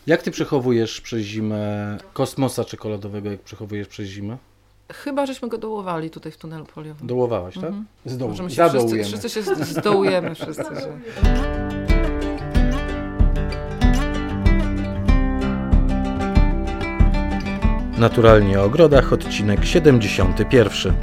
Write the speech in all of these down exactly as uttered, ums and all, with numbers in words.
Jak ty przechowujesz przez zimę kosmosa czekoladowego, jak przechowujesz przez zimę? Chyba żeśmy go dołowali tutaj w tunelu foliowym. Dołowałaś, tak? Mhm. Zdoł... Możemy się Zadołujemy. wszyscy, wszyscy się zdołujemy. Wszyscy się. Naturalnie o ogrodach, odcinek siedemdziesiąty pierwszy.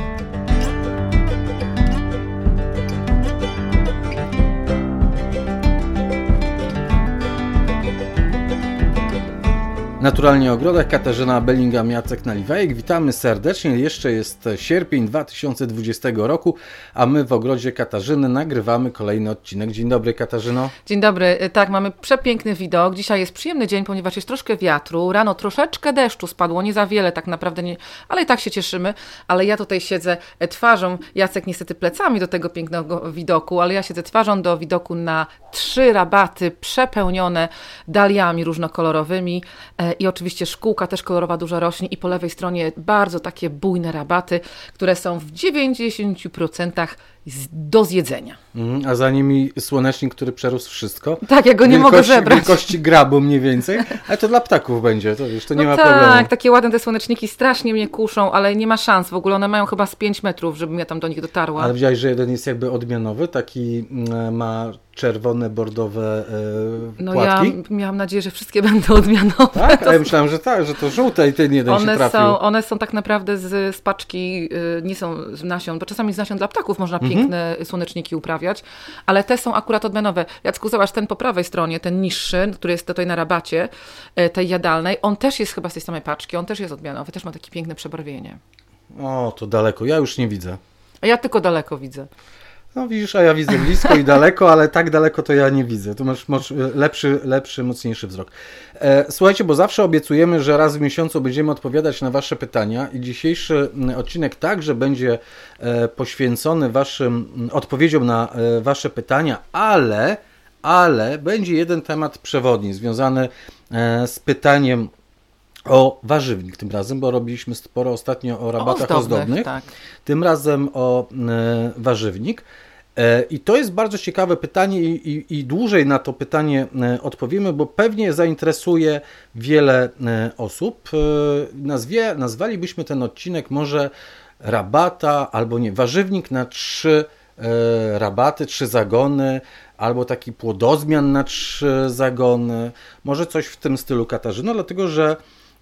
Naturalnie o ogrodach, Katarzyna Bellingham, Jacek Naliwajek. Witamy serdecznie. Jeszcze jest sierpień dwa tysiące dwudziestego roku, a my w ogrodzie Katarzyny nagrywamy kolejny odcinek. Dzień dobry, Katarzyno. Dzień dobry. Tak, mamy przepiękny widok. Dzisiaj jest przyjemny dzień, ponieważ jest troszkę wiatru. Rano troszeczkę deszczu spadło, nie za wiele tak naprawdę, nie, ale i tak się cieszymy. Ale ja tutaj siedzę twarzą, Jacek niestety plecami do tego pięknego widoku, ale ja siedzę twarzą do widoku na trzy rabaty przepełnione daliami różnokolorowymi. I oczywiście szkółka też kolorowa dużo rośnie i po lewej stronie bardzo takie bujne rabaty, które są w dziewięćdziesięciu procentach do zjedzenia. Mm, a za nimi słonecznik, który przerósł wszystko. Tak, ja go nie wielkości, mogę zebrać. Wielkości grabu mniej więcej, ale to dla ptaków będzie, to już to nie no ma tak, problemu. Tak, takie ładne te słoneczniki strasznie mnie kuszą, ale nie ma szans w ogóle, one mają chyba z pięć metrów, żebym ja tam do nich dotarła. Ale widziałeś, że jeden jest jakby odmianowy, taki ma czerwone, bordowe e, no płatki? Ja miałam nadzieję, że wszystkie będą odmianowe. Tak? A ja myślałam, że tak, że to żółte i ten jeden one się trafił. Są, one są tak naprawdę z, z paczki, y, nie są z nasion, bo czasami z nasion dla ptaków można mhm. piękne słoneczniki uprawiać, ale te są akurat odmianowe. Jacku, zobacz, ten po prawej stronie, ten niższy, który jest tutaj na rabacie, y, tej jadalnej, on też jest chyba z tej samej paczki, on też jest odmianowy, też ma takie piękne przebarwienie. O, to daleko, ja już nie widzę. A ja tylko daleko widzę. No widzisz, a ja widzę blisko i daleko, ale tak daleko to ja nie widzę. Tu masz, masz lepszy, lepszy, mocniejszy wzrok. E, słuchajcie, bo zawsze obiecujemy, że raz w miesiącu będziemy odpowiadać na wasze pytania i dzisiejszy odcinek także będzie e, poświęcony waszym odpowiedziom na e, wasze pytania, ale, ale będzie jeden temat przewodni związany e, z pytaniem o warzywnik tym razem, bo robiliśmy sporo ostatnio o rabatach o ozdobnych, ozdobnych tak. Tym razem o e, warzywnik. E, I to jest bardzo ciekawe pytanie i, i, i dłużej na to pytanie e, odpowiemy, bo pewnie zainteresuje wiele e, osób. E, nazwie, nazwalibyśmy ten odcinek może rabata, albo nie, warzywnik na trzy e, rabaty, trzy zagony, albo taki płodozmian na trzy zagony. Może coś w tym stylu, Katarzyno, dlatego że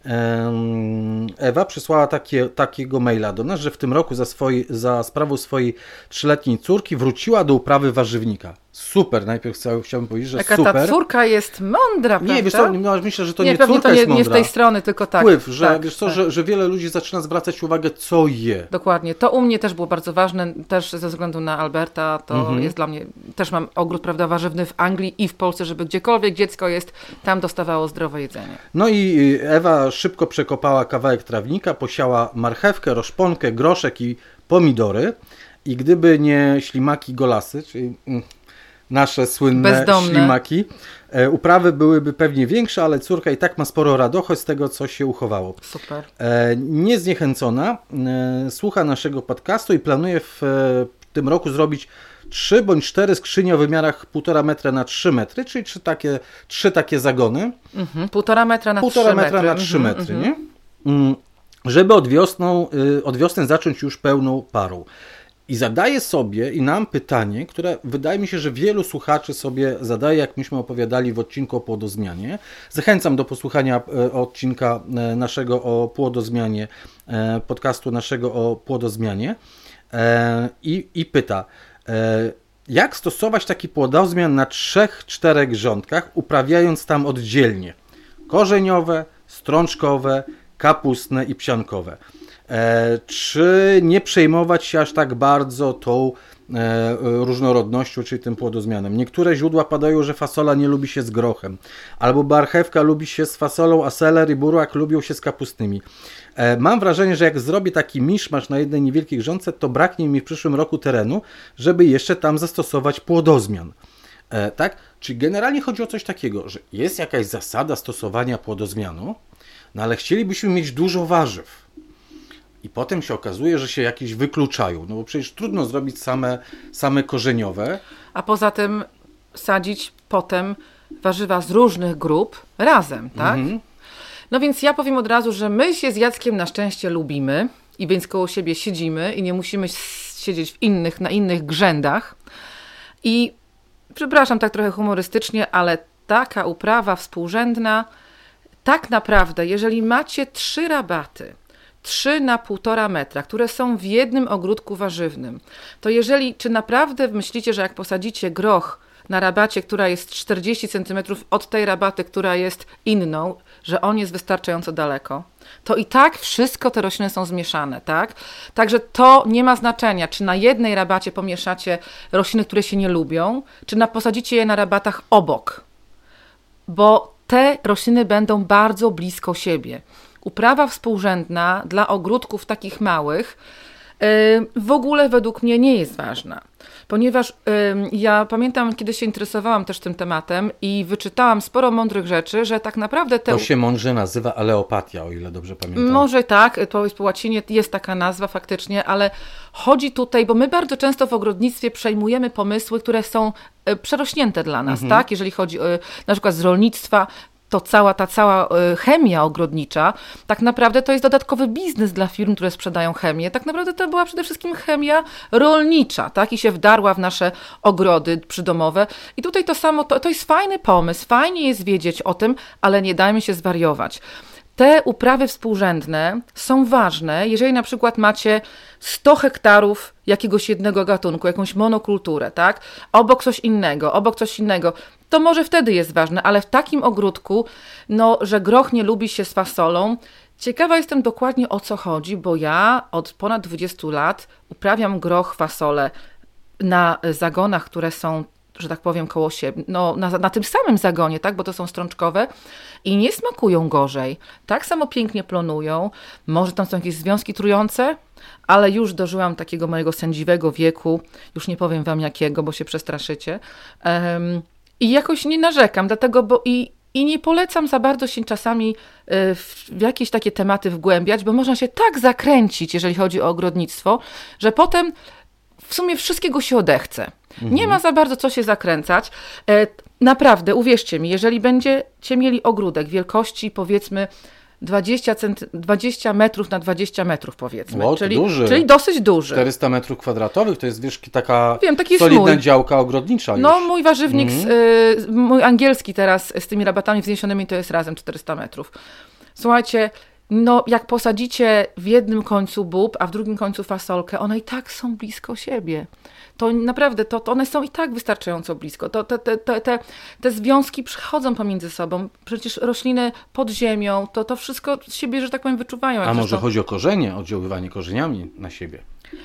Ewa przysłała takie, takiego maila do nas, że w tym roku za, swoi, za sprawą swojej trzyletniej córki wróciła do uprawy warzywnika. Super, najpierw chciałbym, chciałbym powiedzieć, że Jaka super. ta córka jest mądra, prawda? Nie, wiesz co, no, myślę, że to nie, nie córka to nie, jest mądra. Nie z tej strony, tylko tak. Wpływ, że, tak, wiesz co, tak. że, że wiele ludzi zaczyna zwracać uwagę, co je. Dokładnie. To u mnie też było bardzo ważne, też ze względu na Alberta, to mhm. jest dla mnie, też mam ogród, prawda, warzywny w Anglii i w Polsce, żeby gdziekolwiek dziecko jest, tam dostawało zdrowe jedzenie. No i Ewa szybko przekopała kawałek trawnika, posiała marchewkę, roszponkę, groszek i pomidory i gdyby nie ślimaki golasy, czyli nasze słynne Bezdomne. ślimaki, e, uprawy byłyby pewnie większe, ale córka i tak ma sporo radości z tego, co się uchowało. Super. E, niezniechęcona, e, słucha naszego podcastu i planuje w, e, w tym roku zrobić trzy bądź cztery skrzynie o wymiarach półtora metra na trzy metry, czyli trzy takie, trzy takie zagony. Mhm. Półtora metra na półtora trzy metra metry. na trzy mhm, metry, mhm. nie? Mm, żeby od, wiosną, y, od wiosny zacząć już pełną parą. I zadaję sobie i nam pytanie, które wydaje mi się, że wielu słuchaczy sobie zadaje, jak myśmy opowiadali w odcinku o płodozmianie. Zachęcam do posłuchania odcinka naszego o płodozmianie, podcastu naszego o płodozmianie i, i pyta, jak stosować taki płodozmian na trzech, czterech grządkach, uprawiając tam oddzielnie korzeniowe, strączkowe, kapustne i psiankowe. E, czy nie przejmować się aż tak bardzo tą e, różnorodnością, czyli tym płodozmianem. Niektóre źródła podają, że fasola nie lubi się z grochem, albo marchewka lubi się z fasolą, a seler i burak lubią się z kapustnymi. E, mam wrażenie, że jak zrobię taki miszmasz na jednej niewielkiej grządce, to braknie mi w przyszłym roku terenu, żeby jeszcze tam zastosować płodozmian. E, tak? Czyli generalnie chodzi o coś takiego, że jest jakaś zasada stosowania płodozmianu, no ale chcielibyśmy mieć dużo warzyw. I potem się okazuje, że się jakieś wykluczają, no bo przecież trudno zrobić same, same korzeniowe. A poza tym sadzić potem warzywa z różnych grup razem, tak? Mhm. No więc ja powiem od razu, że my się z Jackiem na szczęście lubimy i więc koło siebie siedzimy i nie musimy siedzieć w innych, na innych grzędach. I przepraszam tak trochę humorystycznie, ale taka uprawa współrzędna, tak naprawdę, jeżeli macie trzy rabaty, trzy na półtora metra, które są w jednym ogródku warzywnym, to jeżeli, czy naprawdę myślicie, że jak posadzicie groch na rabacie, która jest czterdzieści centymetrów od tej rabaty, która jest inną, że on jest wystarczająco daleko, to i tak wszystko te rośliny są zmieszane, tak? Także to nie ma znaczenia, czy na jednej rabacie pomieszacie rośliny, które się nie lubią, czy na posadzicie je na rabatach obok, bo te rośliny będą bardzo blisko siebie. Uprawa współrzędna dla ogródków takich małych w ogóle według mnie nie jest ważna, ponieważ ja pamiętam, kiedy się interesowałam też tym tematem i wyczytałam sporo mądrych rzeczy, że tak naprawdę te... To się mądrze nazywa aleopatia, o ile dobrze pamiętam. Może tak, to jest po łacinie, jest taka nazwa faktycznie, ale chodzi tutaj, bo my bardzo często w ogrodnictwie przejmujemy pomysły, które są przerośnięte dla nas, mhm. tak? Jeżeli chodzi na przykład z rolnictwa, to cała ta cała chemia ogrodnicza, tak naprawdę to jest dodatkowy biznes dla firm, które sprzedają chemię. Tak naprawdę to była przede wszystkim chemia rolnicza, tak? I się wdarła w nasze ogrody przydomowe. I tutaj to samo, to, to jest fajny pomysł, fajnie jest wiedzieć o tym, ale nie dajmy się zwariować. Te uprawy współrzędne są ważne, jeżeli na przykład macie sto hektarów jakiegoś jednego gatunku, jakąś monokulturę, tak? Obok coś innego, obok coś innego, to może wtedy jest ważne, ale w takim ogródku, no, że groch nie lubi się z fasolą, ciekawa jestem dokładnie o co chodzi, bo ja od ponad dwudziestu lat uprawiam groch, fasolę na zagonach, które są, że tak powiem, koło siebie, no, na, na tym samym zagonie, tak, bo to są strączkowe i nie smakują gorzej. Tak samo pięknie plonują, może tam są jakieś związki trujące, ale już dożyłam takiego mojego sędziwego wieku, już nie powiem wam jakiego, bo się przestraszycie. Um, I jakoś nie narzekam, dlatego, bo i, i nie polecam za bardzo się czasami w, w jakieś takie tematy wgłębiać, bo można się tak zakręcić, jeżeli chodzi o ogrodnictwo, że potem w sumie wszystkiego się odechce. Mhm. Nie ma za bardzo co się zakręcać. E, naprawdę, uwierzcie mi, jeżeli będziecie mieli ogródek wielkości powiedzmy dwadzieścia, centy- dwadzieścia metrów na dwadzieścia metrów powiedzmy, Wow, czyli, duży. czyli dosyć duży. czterysta metrów kwadratowych to jest, wiesz, taka Wiem, taki solidna mój. działka ogrodnicza już. No mój warzywnik, Mhm. z, y, mój angielski teraz z tymi rabatami wzniesionymi to jest razem czterysta metrów. Słuchajcie, no jak posadzicie w jednym końcu bób, a w drugim końcu fasolkę, one i tak są blisko siebie. To naprawdę, to, to one są i tak wystarczająco blisko. To, te, te, te, te, te związki przechodzą pomiędzy sobą. Przecież rośliny pod ziemią, to, to wszystko z siebie, że tak powiem, wyczuwają. Jak A może zresztą... chodzi o korzenie, oddziaływanie korzeniami na siebie?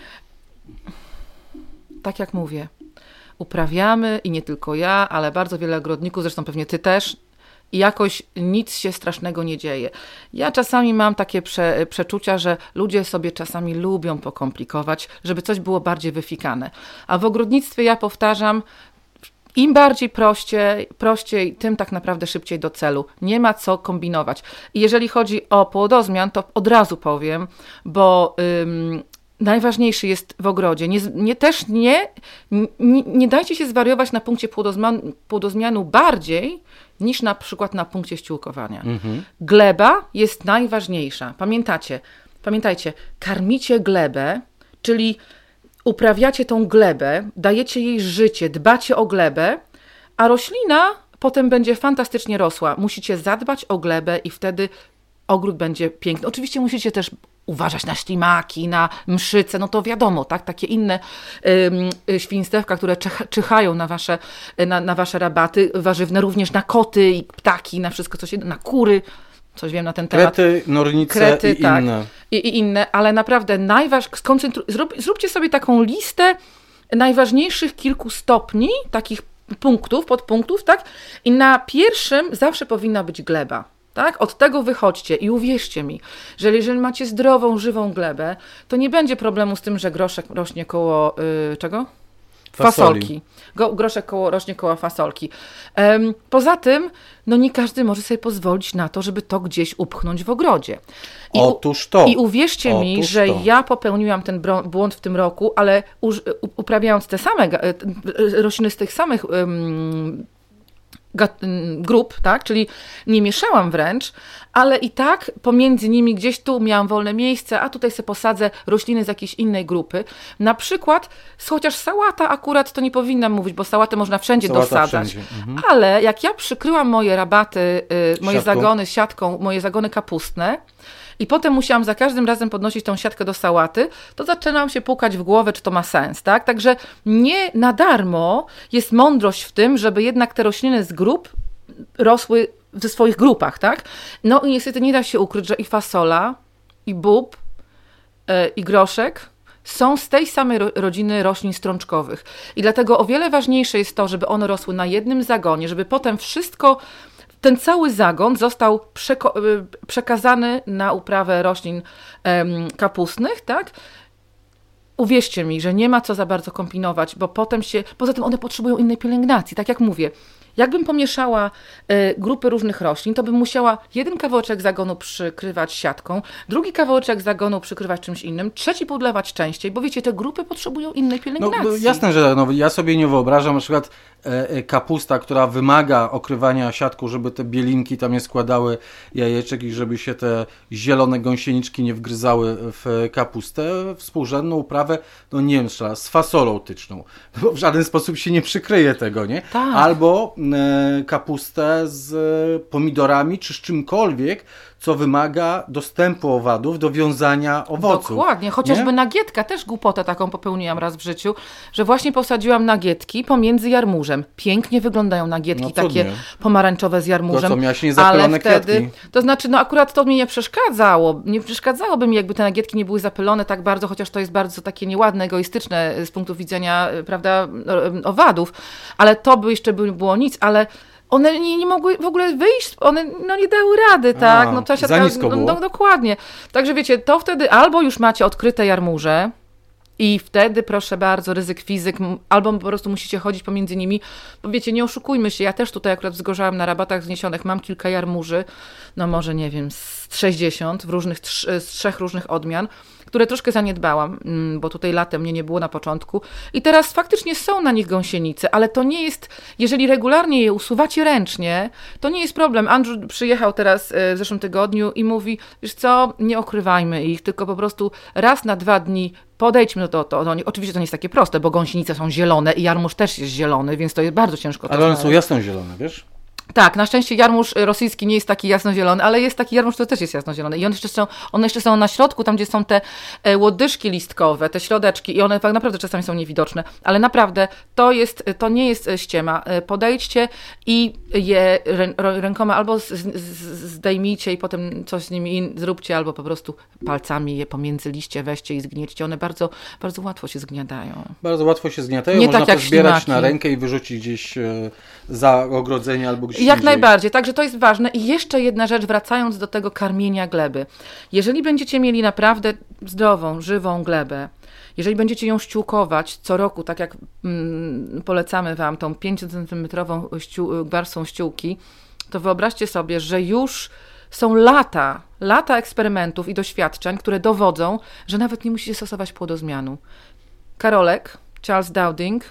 Tak jak mówię, uprawiamy i nie tylko ja, ale bardzo wiele ogrodników, zresztą pewnie ty też, i jakoś nic się strasznego nie dzieje. Ja czasami mam takie prze, przeczucia, że ludzie sobie czasami lubią pokomplikować, żeby coś było bardziej wyfikane. A w ogrodnictwie ja powtarzam, im bardziej prościej, prościej, tym tak naprawdę szybciej do celu. Nie ma co kombinować. I jeżeli chodzi o płodozmian, to od razu powiem, bo... Ym, najważniejszy jest w ogrodzie. Nie, nie, też nie, nie, nie dajcie się zwariować na punkcie płodozmian, płodozmianu bardziej niż na przykład na punkcie ściółkowania. Mhm. Gleba jest najważniejsza. Pamiętacie, pamiętajcie, karmicie glebę, czyli uprawiacie tą glebę, dajecie jej życie, dbacie o glebę, a roślina potem będzie fantastycznie rosła. Musicie zadbać o glebę i wtedy ogród będzie piękny. Oczywiście musicie też uważać na ślimaki, na mszyce, no to wiadomo, tak, takie inne y, świństewka, które czech, czyhają na wasze, na, na wasze rabaty warzywne, również na koty i ptaki, na wszystko, co się, na kury, coś wiem na ten temat. Krety, nornice Krety, i tak, inne. I, I inne, ale naprawdę najważniejsze, skoncentru... Zrób, zróbcie sobie taką listę najważniejszych kilku stopni, takich punktów, podpunktów, tak, i na pierwszym zawsze powinna być gleba. Tak? Od tego wychodźcie i uwierzcie mi, że jeżeli macie zdrową, żywą glebę, to nie będzie problemu z tym, że groszek rośnie koło yy, czego? Fasoli. Fasolki. Go, groszek koło, rośnie koło fasolki. Um, poza tym, no nie każdy może sobie pozwolić na to, żeby to gdzieś upchnąć w ogrodzie. I, Otóż to. I uwierzcie Otóż mi, że to. ja popełniłam ten błąd w tym roku, ale uż, uprawiając te same rośliny z tych samych um, grup, tak? Czyli nie mieszałam wręcz, ale i tak pomiędzy nimi gdzieś tu miałam wolne miejsce, a tutaj sobie posadzę rośliny z jakiejś innej grupy. Na przykład, chociaż sałata akurat to nie powinnam mówić, bo sałatę można wszędzie Sałata dosadzać. Wszędzie. Mhm. Ale jak ja przykryłam moje rabaty, moje siatką. zagony siatką, moje zagony kapustne, i potem musiałam za każdym razem podnosić tą siatkę do sałaty, to zaczynałam się pukać w głowę, czy to ma sens, tak? Także nie na darmo jest mądrość w tym, żeby jednak te rośliny z grup rosły w swoich grupach, tak? No i niestety nie da się ukryć, że i fasola, i bób, yy, i groszek są z tej samej ro- rodziny roślin strączkowych. I dlatego o wiele ważniejsze jest to, żeby one rosły na jednym zagonie, żeby potem wszystko ten cały zagon został przeko- przekazany na uprawę roślin em, kapustnych, tak? Uwierzcie mi, że nie ma co za bardzo kombinować, bo potem się, poza tym one potrzebują innej pielęgnacji, tak jak mówię. Jakbym pomieszała y, grupy różnych roślin, to bym musiała jeden kawałeczek zagonu przykrywać siatką, drugi kawałeczek zagonu przykrywać czymś innym, trzeci podlewać częściej, bo wiecie, te grupy potrzebują innej pielęgnacji. No jasne, że no, ja sobie nie wyobrażam, na przykład e, kapusta, która wymaga okrywania siatką, żeby te bielinki tam nie składały jajeczek i żeby się te zielone gąsieniczki nie wgryzały w kapustę, współrzędną uprawę, no nie wiem, z fasolą tyczną, bo w żaden sposób się nie przykryje tego, nie? Tak. Albo kapustę z pomidorami czy z czymkolwiek, co wymaga dostępu owadów do wiązania owoców. Dokładnie, chociażby nie? Nagietka, też głupotę taką popełniłam raz w życiu, że właśnie posadziłam nagietki pomiędzy jarmużem. Pięknie wyglądają nagietki, no, takie pomarańczowe z jarmużem. To co, miałaś niezapylone ale wtedy, kwiatki. To znaczy, no akurat to mi nie przeszkadzało. Nie przeszkadzałoby mi, jakby te nagietki nie były zapylone tak bardzo, chociaż to jest bardzo takie nieładne, egoistyczne z punktu widzenia, prawda, owadów. Ale to by jeszcze było nic, ale one nie, nie mogły w ogóle wyjść, one no, nie dały rady, tak? A, no, ta siatka, za nisko było. No, dokładnie. Także wiecie, to wtedy albo już macie odkryte jarmuże i wtedy proszę bardzo, ryzyk fizyk, albo po prostu musicie chodzić pomiędzy nimi, bo wiecie, nie oszukujmy się, ja też tutaj akurat wzgorzałam na rabatach wzniesionych, mam kilka jarmuży, no może nie wiem, z sześćdziesiąt w różnych, z trzech różnych odmian, które troszkę zaniedbałam, bo tutaj latem mnie nie było na początku i teraz faktycznie są na nich gąsienice, ale to nie jest, jeżeli regularnie je usuwacie ręcznie, to nie jest problem. Andrew przyjechał teraz w zeszłym tygodniu i mówi, wiesz co, nie okrywajmy ich, tylko po prostu raz na dwa dni podejdźmy do to. No, oczywiście to nie jest takie proste, bo gąsienice są zielone i jarmuż też jest zielony, więc to jest bardzo ciężko. Ale one są jasno-zielone, wiesz? Tak, na szczęście jarmuż rosyjski nie jest taki jasnozielony, ale jest taki jarmuż, który też jest jasnozielony. I one jeszcze są, one jeszcze są na środku, tam gdzie są te łodyżki listkowe, te środeczki i one tak naprawdę czasami są niewidoczne. Ale naprawdę to, jest, to nie jest ściema. Podejdźcie i je rękoma albo zdejmijcie i potem coś z nimi zróbcie, albo po prostu palcami je pomiędzy liście weźcie i zgniećcie. One bardzo, bardzo łatwo się zgniatają. Bardzo łatwo się zgniatają. Nie Można tak jak pozbierać ślimaki. na rękę i wyrzucić gdzieś za ogrodzenie albo gdzieś Jak indziej. najbardziej, także to jest ważne. I jeszcze jedna rzecz, wracając do tego karmienia gleby. Jeżeli będziecie mieli naprawdę zdrową, żywą glebę, jeżeli będziecie ją ściółkować co roku, tak jak mm, polecamy Wam tą pięciocentymetrową ściół, warstwą ściółki, to wyobraźcie sobie, że już są lata, lata eksperymentów i doświadczeń, które dowodzą, że nawet nie musicie stosować płodozmianu. Karolek, Charles Dowding,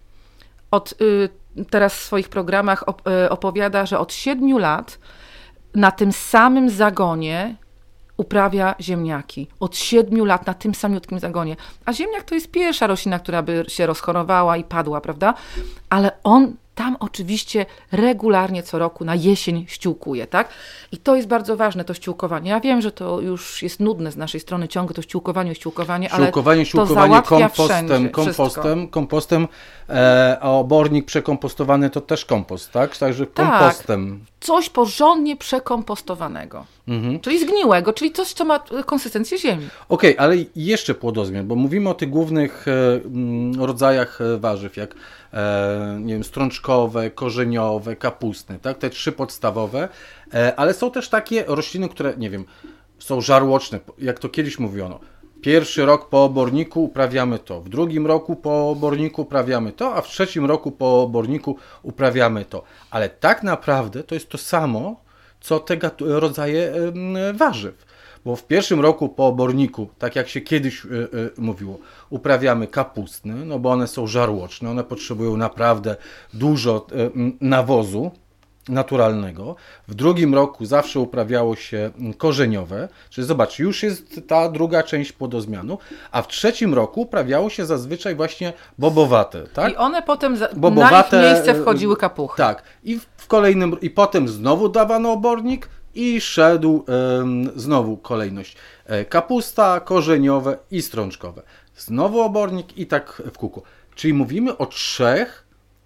od... Y, teraz w swoich programach opowiada, że od siedmiu lat na tym samym zagonie uprawia ziemniaki. Od siedmiu lat na tym samiutkim zagonie. A ziemniak to jest pierwsza roślina, która by się rozchorowała i padła, prawda? Ale on tam oczywiście regularnie co roku na jesień ściółkuje, tak? I to jest bardzo ważne, to ściółkowanie. Ja wiem, że to już jest nudne z naszej strony, ciągle to ściółkowanie, ściółkowanie, ale ściółkowanie, to ściółkowanie załatwia kompostem, kompostem, kompostem, e, a obornik przekompostowany to też kompost, tak? Także kompostem. Tak, coś porządnie przekompostowanego, mhm. czyli zgniłego, czyli coś, co ma konsystencję ziemi. Okej, okay, ale jeszcze płodozmian, bo mówimy o tych głównych e, rodzajach warzyw, jak e, nie wiem, strączkowe, korzeniowe, kapustne, tak? Te trzy podstawowe, e, ale są też takie rośliny, które, nie wiem, są żarłoczne, jak to kiedyś mówiono. Pierwszy rok po oborniku uprawiamy to, w drugim roku po oborniku uprawiamy to, a w trzecim roku po oborniku uprawiamy to. Ale tak naprawdę to jest to samo, co te rodzaje warzyw. Bo w pierwszym roku po oborniku, tak jak się kiedyś y, y, mówiło, uprawiamy kapustny, no bo one są żarłoczne, one potrzebują naprawdę dużo y, nawozu, naturalnego. W drugim roku zawsze uprawiało się korzeniowe, czyli zobacz, już jest ta druga część płodozmianu, a w trzecim roku uprawiało się zazwyczaj właśnie bobowate. Tak? I one potem za, bobowate, na ich miejsce wchodziły kapuchy. Tak. I w kolejnym, i potem znowu dawano obornik i szedł ym, znowu kolejność. Kapusta, korzeniowe i strączkowe. Znowu obornik i tak w kółko. Czyli mówimy o trzech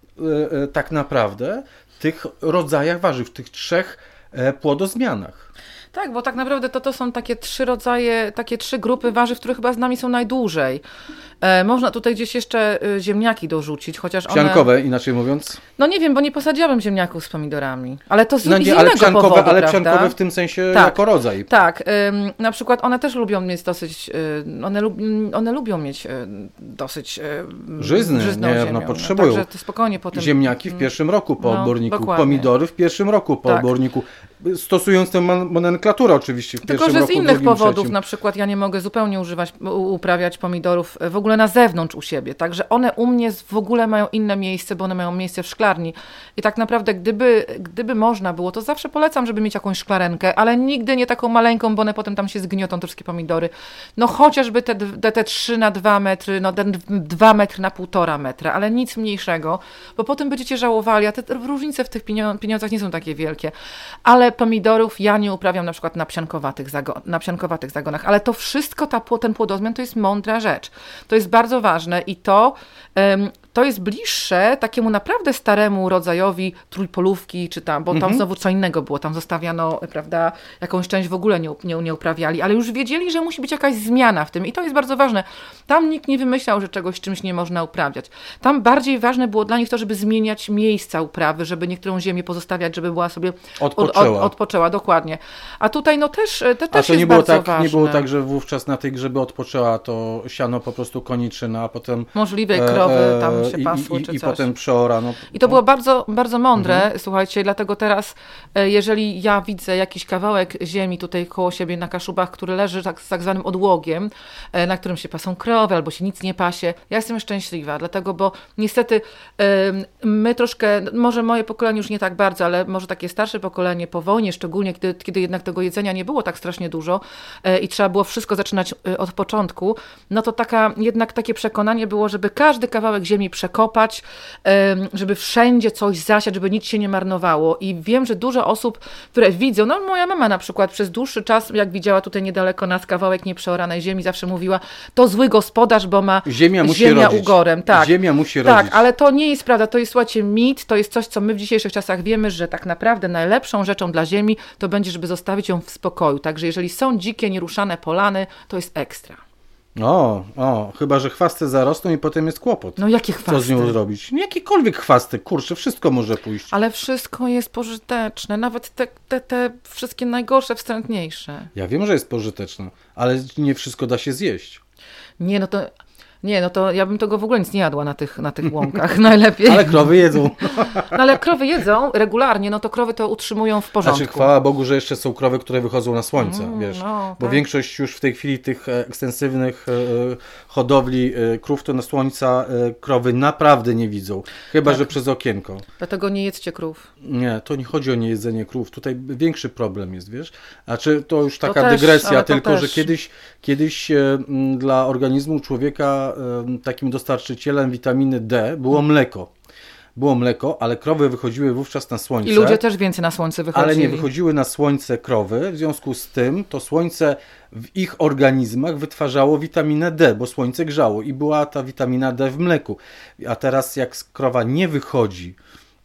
y, y, tak naprawdę tych rodzajach warzyw, tych trzech y, płodozmianach. Tak, bo tak naprawdę to, to są takie trzy rodzaje, takie trzy grupy warzyw, które chyba z nami są najdłużej. E, można tutaj gdzieś jeszcze y, ziemniaki dorzucić, chociaż one... Psiankowe, inaczej mówiąc? No nie wiem, bo nie posadziłabym ziemniaków z pomidorami, ale to z, no nie, z innego ale psiankowe, powodu, ale prawda? psiankowe w tym sensie tak, jako rodzaj. Tak, ym, na przykład one też lubią mieć dosyć, y, one, lub, one lubią mieć y, dosyć y, Żyzny, żyzną nie, ziemię. no potrzebują. Także to spokojnie potem... Ziemniaki w pierwszym roku po no, oborniku, dokładnie. Pomidory w pierwszym roku po tak. oborniku, stosując tę nomenklaturę oczywiście w Tylko, pierwszym że roku, z innych drugim, powodów, trzecim. na przykład ja nie mogę zupełnie używać, uprawiać pomidorów w ogóle na zewnątrz u siebie, także one u mnie w ogóle mają inne miejsce, bo one mają miejsce w szklarni i tak naprawdę gdyby, gdyby można było, to zawsze polecam, żeby mieć jakąś szklarenkę, ale nigdy nie taką maleńką, bo one potem tam się zgniotą, te wszystkie pomidory. No chociażby te, te, te trzy na dwa metry, no ten dwa metry na półtora metra, ale nic mniejszego, bo potem będziecie żałowali, a te różnice w tych pieniądzach nie są takie wielkie, ale pomidorów ja nie uprawiam na przykład na psiankowatych, zago- na psiankowatych zagonach, ale to wszystko, ta, ten płodozmian to jest mądra rzecz. To jest bardzo ważne i to, um, to jest bliższe takiemu naprawdę staremu rodzajowi trójpolówki, czy tam, bo tam Mhm. znowu co innego było, tam zostawiano, prawda, jakąś część w ogóle nie, nie, nie uprawiali, ale już wiedzieli, że musi być jakaś zmiana w tym i to jest bardzo ważne. Tam nikt nie wymyślał, że czegoś czymś nie można uprawiać. Tam bardziej ważne było dla nich to, żeby zmieniać miejsca uprawy, żeby niektórą ziemię pozostawiać, żeby była sobie Odpoczęła. Od, od, odpoczęła, dokładnie. A tutaj no też, te też A to jest nie było, bardzo tak, ważne. nie było tak, że wówczas na tej grzyby odpoczęła to siano po prostu koniczyna, a potem możliwe krowy tam się i, pasły i, czy i coś. potem przeorano. I to było bardzo, bardzo mądre, Mhm. słuchajcie, dlatego teraz, jeżeli ja widzę jakiś kawałek ziemi tutaj koło siebie na Kaszubach, który leży tak, z tak zwanym odłogiem, na którym się pasą krowy albo się nic nie pasie, ja jestem szczęśliwa, dlatego, bo niestety my troszkę, może moje pokolenie już nie tak bardzo, ale może takie starsze pokolenie po wojnie, szczególnie kiedy, kiedy jednak tego jedzenia nie było tak strasznie dużo i trzeba było wszystko zaczynać od początku, no to taka, jednak takie przekonanie było, żeby każdy kawałek ziemi przekopać, żeby wszędzie coś zasiać, żeby nic się nie marnowało. I wiem, że dużo osób, które widzą, no moja mama na przykład przez dłuższy czas, jak widziała tutaj niedaleko nas kawałek nieprzeoranej ziemi, zawsze mówiła, to zły gospodarz, bo ma Ziemia musi ziemia rodzić. ugorem. Tak. Ziemia musi tak, rodzić. ale to nie jest prawda, to jest, słuchajcie, mit, to jest coś, co my w dzisiejszych czasach wiemy, że tak naprawdę najlepszą rzeczą dla ziemi to będzie, żeby zostawić ją w spokoju. Także jeżeli są dzikie, nieruszane polany, to jest ekstra. O, o, chyba że chwasty zarosną i potem jest kłopot. No jakie chwasty? Co z nią zrobić? Jakiekolwiek chwasty, kurczę, wszystko może pójść. Ale wszystko jest pożyteczne, nawet te, te, te wszystkie najgorsze, wstrętniejsze. Ja wiem, że jest pożyteczne, ale nie wszystko da się zjeść. Nie, no to... Nie, no to ja bym tego w ogóle nic nie jadła na tych, na tych łąkach, najlepiej. Ale krowy jedzą. No ale krowy jedzą regularnie, no to krowy to utrzymują w porządku. Znaczy chwała Bogu, że jeszcze są krowy, które wychodzą na słońce, Mm, wiesz. no, Bo tak. większość już w tej chwili tych ekstensywnych e, hodowli e, krów to na słońca e, krowy naprawdę nie widzą. Chyba, Tak. że przez okienko. Dlatego nie jedzcie krów. Nie, to nie chodzi o niejedzenie krów. Tutaj większy problem jest, wiesz. Znaczy to już taka To też, dygresja, ale to tylko też. że kiedyś, kiedyś e, m, dla organizmu człowieka e, takim dostarczycielem witaminy D było mleko. Było mleko, ale krowy wychodziły wówczas na słońce. I ludzie też więcej na słońce wychodzili. Ale nie wychodziły na słońce krowy, w związku z tym to słońce w ich organizmach wytwarzało witaminę D, bo słońce grzało i była ta witamina D w mleku. A teraz jak krowa nie wychodzi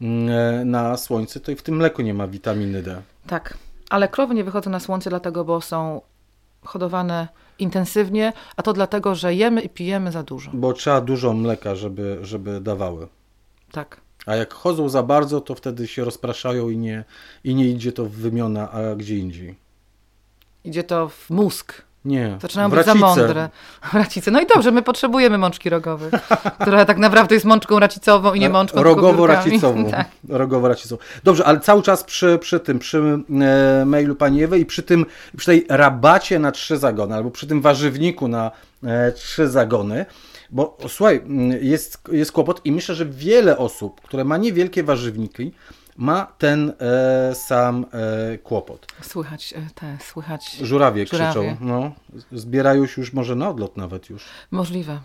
na słońce, to i w tym mleku nie ma witaminy D. Tak, ale krowy nie wychodzą na słońce dlatego, bo są hodowane intensywnie, a to dlatego, że jemy i pijemy za dużo. Bo trzeba dużo mleka, żeby, żeby dawały. Tak. A jak chodzą za bardzo, to wtedy się rozpraszają i nie, i nie idzie to w wymiona, a gdzie indziej. Idzie to w mózg. Nie, Zaczynają w być za racicę. mądre. Racice. No i dobrze, my potrzebujemy mączki rogowej, która tak naprawdę jest mączką racicową i nie mączką Rogowo-racicową. Tak. Rogowo-racicową. Dobrze, ale cały czas przy, przy tym, przy e, mailu pani Ewy i przy tym, przy tej rabacie na trzy zagony, albo przy tym warzywniku na e, trzy zagony, bo słuchaj, jest, jest kłopot i myślę, że wiele osób, które ma niewielkie warzywniki, ma ten e, sam e, kłopot. Słychać te, słychać... Żurawie, żurawie krzyczą. No, zbierają się już może na odlot nawet już. Możliwe.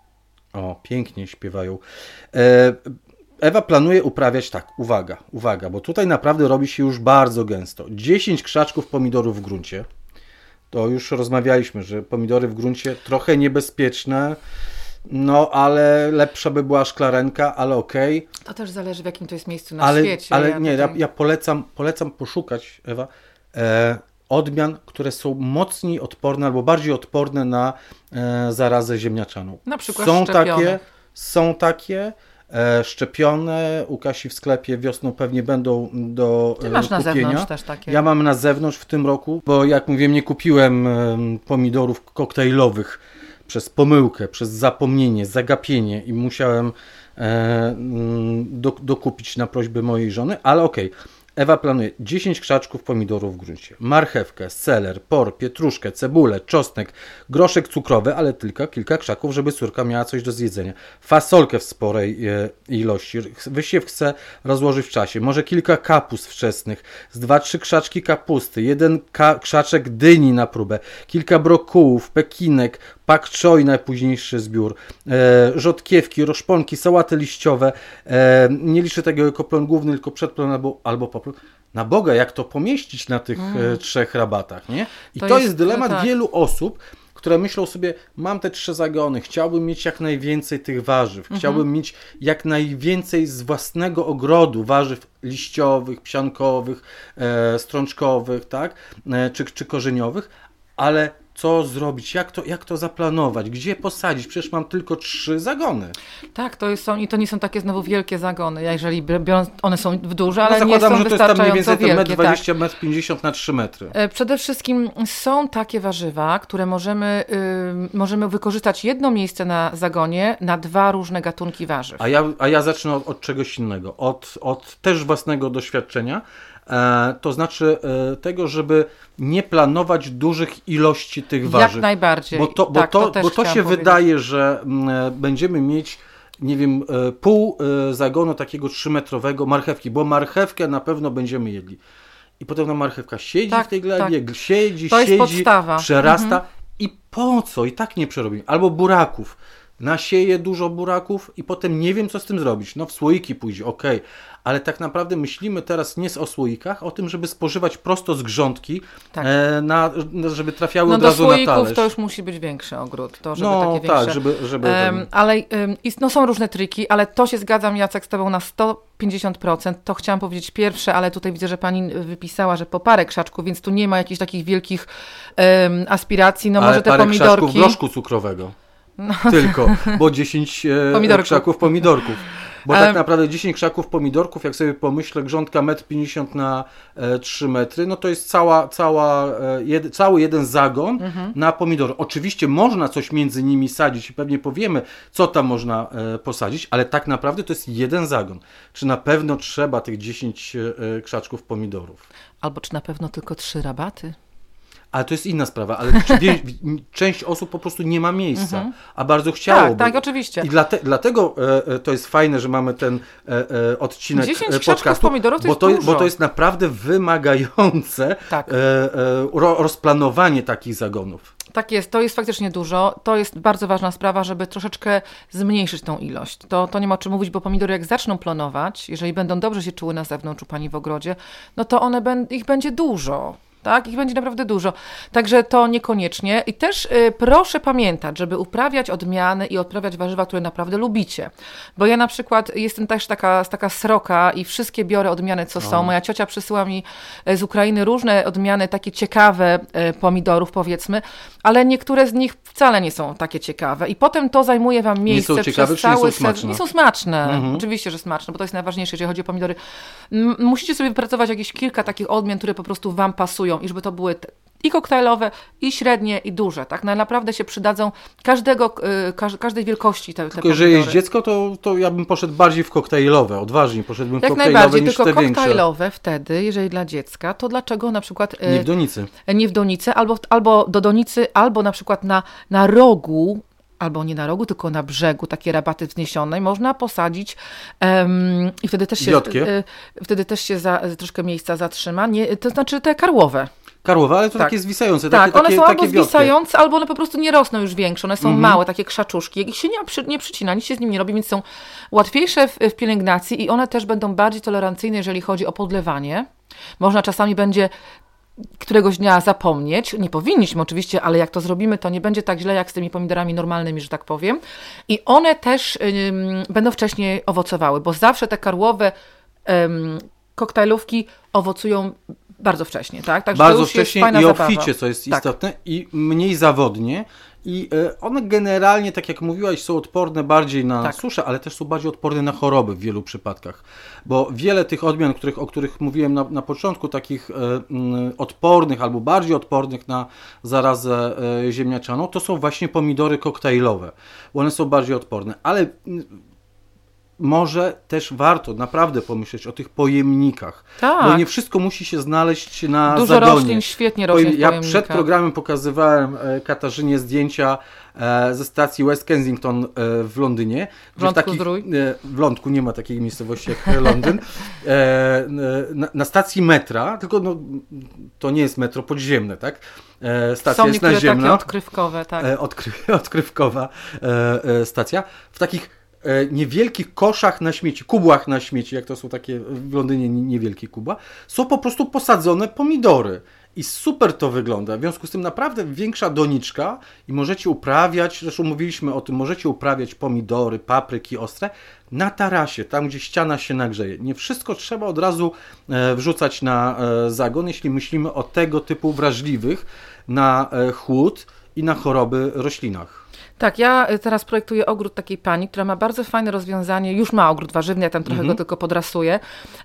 O, pięknie śpiewają. E, Ewa planuje uprawiać tak, uwaga, uwaga, bo tutaj naprawdę robi się już bardzo gęsto. dziesięć krzaczków pomidorów w gruncie. To już rozmawialiśmy, że pomidory w gruncie trochę niebezpieczne, no ale lepsza by była szklarenka, ale okej. Okay. To też zależy, w jakim to jest miejscu na ale, świecie. Ale ja nie, tutaj... ja, ja polecam, polecam poszukać, Ewa, e, odmian, które są mocniej odporne albo bardziej odporne na e, zarazę ziemniaczaną. Na przykład są szczepione. takie, są takie e, szczepione, u Kasi w sklepie wiosną pewnie będą do Ty masz kupienia. Na zewnątrz też takie. Ja mam na zewnątrz w tym roku, bo jak mówiłem, nie kupiłem e, pomidorów koktajlowych przez pomyłkę, przez zapomnienie, zagapienie i musiałem e, do, dokupić na prośbę mojej żony, ale okej. Okay. Ewa planuje dziesięć krzaczków pomidorów w gruncie, marchewkę, seler, por, pietruszkę, cebulę, czosnek, groszek cukrowy, ale tylko kilka krzaków, żeby córka miała coś do zjedzenia. Fasolkę w sporej e, ilości. Wysiew chce rozłożyć w czasie. Może kilka kapust wczesnych, z dwa, trzy krzaczki kapusty, jeden ka- krzaczek dyni na próbę, kilka brokułów, pekinek, pak choi, najpóźniejszy zbiór, e, rzodkiewki, roszponki, sałaty liściowe. E, nie liczę tego jako plon główny, tylko przedplon albo, albo poplon. Na Boga, jak to pomieścić na tych mm. e, trzech rabatach, nie? I to, to jest, jest dylemat tak. wielu osób, które myślą sobie, mam te trzy zagony, chciałbym mieć jak najwięcej tych warzyw, mhm. chciałbym mieć jak najwięcej z własnego ogrodu warzyw liściowych, psiankowych, e, strączkowych, tak? E, czy, czy korzeniowych, ale co zrobić, jak to, jak to zaplanować, gdzie posadzić, przecież mam tylko trzy zagony. Tak, to są i to nie są takie znowu wielkie zagony, jeżeli biorąc, one są duże, ale no nie są że to jest tam mniej więcej wielkie. metr dwadzieścia, metr pięćdziesiąt na trzy metry. Przede wszystkim są takie warzywa, które możemy, yy, możemy wykorzystać jedno miejsce na zagonie na dwa różne gatunki warzyw. A ja, a ja zacznę od, od czegoś innego, od, od też własnego doświadczenia. To znaczy tego, żeby nie planować dużych ilości tych warzyw. Jak najbardziej. Bo to, bo tak, to, to, bo to się powiedzieć. wydaje, że będziemy mieć, nie wiem, pół zagonu takiego trzymetrowego marchewki, bo marchewkę na pewno będziemy jedli. I potem ta marchewka siedzi tak, w tej glebie, tak. siedzi, to siedzi, jest podstawa. przerasta. Mhm. I po co? I tak nie przerobimy. Albo buraków. Nasieję dużo buraków i potem nie wiem, co z tym zrobić. No w słoiki pójdzie, okej. Okay. Ale tak naprawdę myślimy teraz nie o słoikach, o tym, żeby spożywać prosto z grządki, tak. e, na, żeby trafiały no od razu na talerz. No do słoików to już musi być większy ogród, to żeby no, takie większe. tak, żeby... żeby um, ale um, no, są różne triki, ale to się zgadzam, Jacek, z Tobą na sto pięćdziesiąt procent. To chciałam powiedzieć pierwsze, ale tutaj widzę, że Pani wypisała, że po parę krzaczków, więc tu nie ma jakichś takich wielkich um, aspiracji. No ale może te parę pomidorki... krzaczków groszku cukrowego. No. Tylko, bo dziesięć e, krzaków pomidorków. Bo tak naprawdę dziesięć krzaków pomidorków, jak sobie pomyślę, grządka metr pięćdziesiąt na trzy metry, no to jest cała, cała, jed, cały jeden zagon mhm. na pomidory. Oczywiście można coś między nimi sadzić i pewnie powiemy, co tam można e, posadzić, ale tak naprawdę to jest jeden zagon. Czy na pewno trzeba tych dziesięć e, krzaczków pomidorów? Albo czy na pewno tylko trzy rabaty? Ale to jest inna sprawa, ale część osób po prostu nie ma miejsca, mm-hmm. a bardzo chciałoby. Tak, tak, oczywiście. I dlate, dlatego e, to jest fajne, że mamy ten e, e, odcinek dziesięć podcastu, pomidorów to bo, to, jest bo to jest naprawdę wymagające tak. e, e, ro, rozplanowanie takich zagonów. Tak jest, to jest faktycznie dużo. To jest bardzo ważna sprawa, żeby troszeczkę zmniejszyć tą ilość. To, to nie ma o czym mówić, bo pomidory jak zaczną plonować, jeżeli będą dobrze się czuły na zewnątrz u Pani w ogrodzie, no to one ben, ich będzie dużo. Tak, ich będzie naprawdę dużo. Także to niekoniecznie. I też y, proszę pamiętać, żeby uprawiać odmiany i odprawiać warzywa, które naprawdę lubicie. Bo ja na przykład jestem też taka, taka sroka i wszystkie biorę odmiany, co są. Moja ciocia przysyła mi z Ukrainy różne odmiany, takie ciekawe y, pomidorów, powiedzmy, ale niektóre z nich wcale nie są takie ciekawe. I potem to zajmuje Wam miejsce nie są ciekawe, przez cały nie są smaczne? Nie są smaczne. Mhm. Oczywiście, że smaczne, bo to jest najważniejsze, jeżeli chodzi o pomidory. M- musicie sobie wypracować jakieś kilka takich odmian, które po prostu Wam pasują i żeby to były te, i koktajlowe, i średnie, i duże. Tak naprawdę się przydadzą każdego, y, każdej wielkości te, te Tylko jeżeli jest dziecko, to, to ja bym poszedł bardziej w koktajlowe, odważniej poszedłbym w Jak koktajlowe niż tylko te większe. koktajlowe wtedy, jeżeli dla dziecka, to dlaczego na przykład... Y, nie w donicy. Nie w donicy, albo, albo do donicy, albo na przykład na, na rogu albo nie na rogu, tylko na brzegu, takie rabaty wzniesione, można posadzić um, i wtedy też się, y, wtedy też się za, troszkę miejsca zatrzyma, nie, to znaczy te karłowe. Karłowe, ale to tak. takie zwisające. Tak, takie, one takie, są takie albo wiotkie. zwisające, albo one po prostu nie rosną już większe. One są mhm. małe, takie krzaczuszki. Jak ich się nie, przy, nie przycina, nic się z nim nie robi, więc są łatwiejsze w, w pielęgnacji i one też będą bardziej tolerancyjne, jeżeli chodzi o podlewanie. Można czasami będzie któregoś dnia zapomnieć. Nie powinniśmy oczywiście, ale jak to zrobimy, to nie będzie tak źle jak z tymi pomidorami normalnymi, że tak powiem. I one też ym, będą wcześniej owocowały, bo zawsze te karłowe ym, koktajlówki owocują bardzo wcześnie, tak? Także bardzo to już wcześnie jest fajna i zabawa. obficie, co jest tak. istotne, i mniej zawodnie. I one generalnie, tak jak mówiłaś, są odporne bardziej na tak. suszę, ale też są bardziej odporne na choroby w wielu przypadkach. Bo wiele tych odmian, których, o których mówiłem na, na początku, takich e, m, odpornych albo bardziej odpornych na zarazę e, ziemniaczaną, to są właśnie pomidory koktajlowe. One są bardziej odporne, ale może też warto naprawdę pomyśleć o tych pojemnikach, tak. bo nie wszystko musi się znaleźć na Dużo zagonie. roślin świetnie rośnie w Ja pojemnikach. przed programem pokazywałem Katarzynie zdjęcia ze stacji West Kensington w Londynie. W Lądku takich, Zdrój. W Lądku nie ma takiej miejscowości jak Londyn. Na, na stacji metra, tylko no, to nie jest metro podziemne, tak? Stacja Są jest naziemna. takie odkrywkowe, tak. Odkry, odkrywkowa stacja. W takich niewielkich koszach na śmieci, kubłach na śmieci, jak to są takie w Londynie niewielkie kubła, są po prostu posadzone pomidory. I super to wygląda. W związku z tym naprawdę większa doniczka i możecie uprawiać, zresztą mówiliśmy o tym, możecie uprawiać pomidory, papryki ostre na tarasie, tam gdzie ściana się nagrzeje. Nie wszystko trzeba od razu wrzucać na zagon, jeśli myślimy o tego typu wrażliwych na chłód i na choroby roślinach. Tak, ja teraz projektuję ogród takiej pani, która ma bardzo fajne rozwiązanie, już ma ogród warzywny, ja tam trochę mhm. go tylko podrasuję.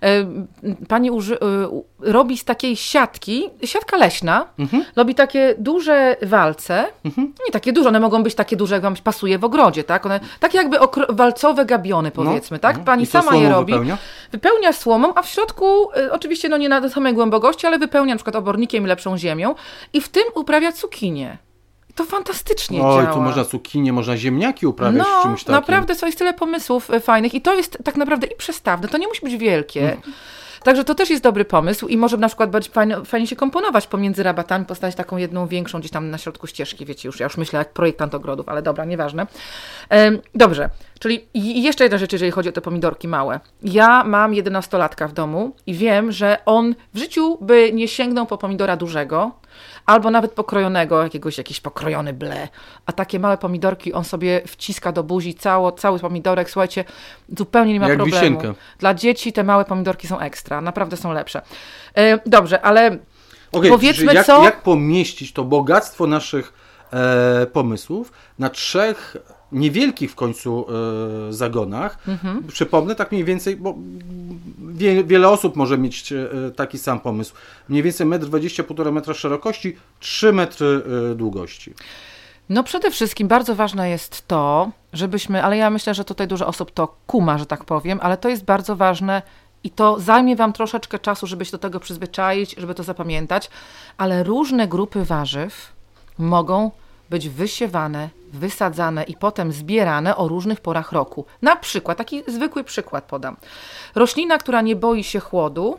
Pani uży, robi z takiej siatki, siatka leśna, mhm. robi takie duże walce, mhm. nie takie duże, one mogą być takie duże, jak wam pasuje w ogrodzie, tak? One, takie jakby okro, walcowe gabiony, powiedzmy, no, tak? Pani sama je robi, wypełnia? wypełnia słomą, a w środku, oczywiście no nie na samej głębokości, ale wypełnia na przykład obornikiem i lepszą ziemią i w tym uprawia cukinię. To fantastycznie Oj, działa. tu można cukinię, można ziemniaki uprawiać no, w czymś takim. Naprawdę, co jest tyle pomysłów fajnych i to jest tak naprawdę i przestawne, to nie musi być wielkie. Mm. Także to też jest dobry pomysł i może na przykład bardziej fajnie, fajnie się komponować pomiędzy rabatami, postawić taką jedną większą gdzieś tam na środku ścieżki, wiecie już, ja już myślę jak projektant ogrodów, ale dobra, nieważne. Ehm, dobrze, czyli jeszcze jedna rzecz, jeżeli chodzi o te pomidorki małe. Ja mam jedenastolatka w domu i wiem, że on w życiu by nie sięgnął po pomidora dużego, albo nawet pokrojonego, jakiegoś jakiś pokrojony ble, a takie małe pomidorki on sobie wciska do buzi, cało, cały pomidorek, słuchajcie, zupełnie nie ma jak problemu. Wisienkę. Dla dzieci te małe pomidorki są ekstra, naprawdę są lepsze. E, dobrze, ale okay, powiedzmy jak, co... Jak pomieścić to bogactwo naszych e, pomysłów na trzech niewielkich w końcu e, zagonach. Mhm. Przypomnę tak mniej więcej, bo wie, wiele osób może mieć e, taki sam pomysł. Mniej więcej metr dwadzieścia, półtora metra szerokości, trzy metry e, długości. No przede wszystkim bardzo ważne jest to, żebyśmy, ale ja myślę, że tutaj dużo osób to kuma, że tak powiem, ale to jest bardzo ważne i to zajmie wam troszeczkę czasu, żeby się do tego przyzwyczaić, żeby to zapamiętać, ale różne grupy warzyw mogą być wysiewane, wysadzane i potem zbierane o różnych porach roku. Na przykład, taki zwykły przykład podam. Roślina, która nie boi się chłodu,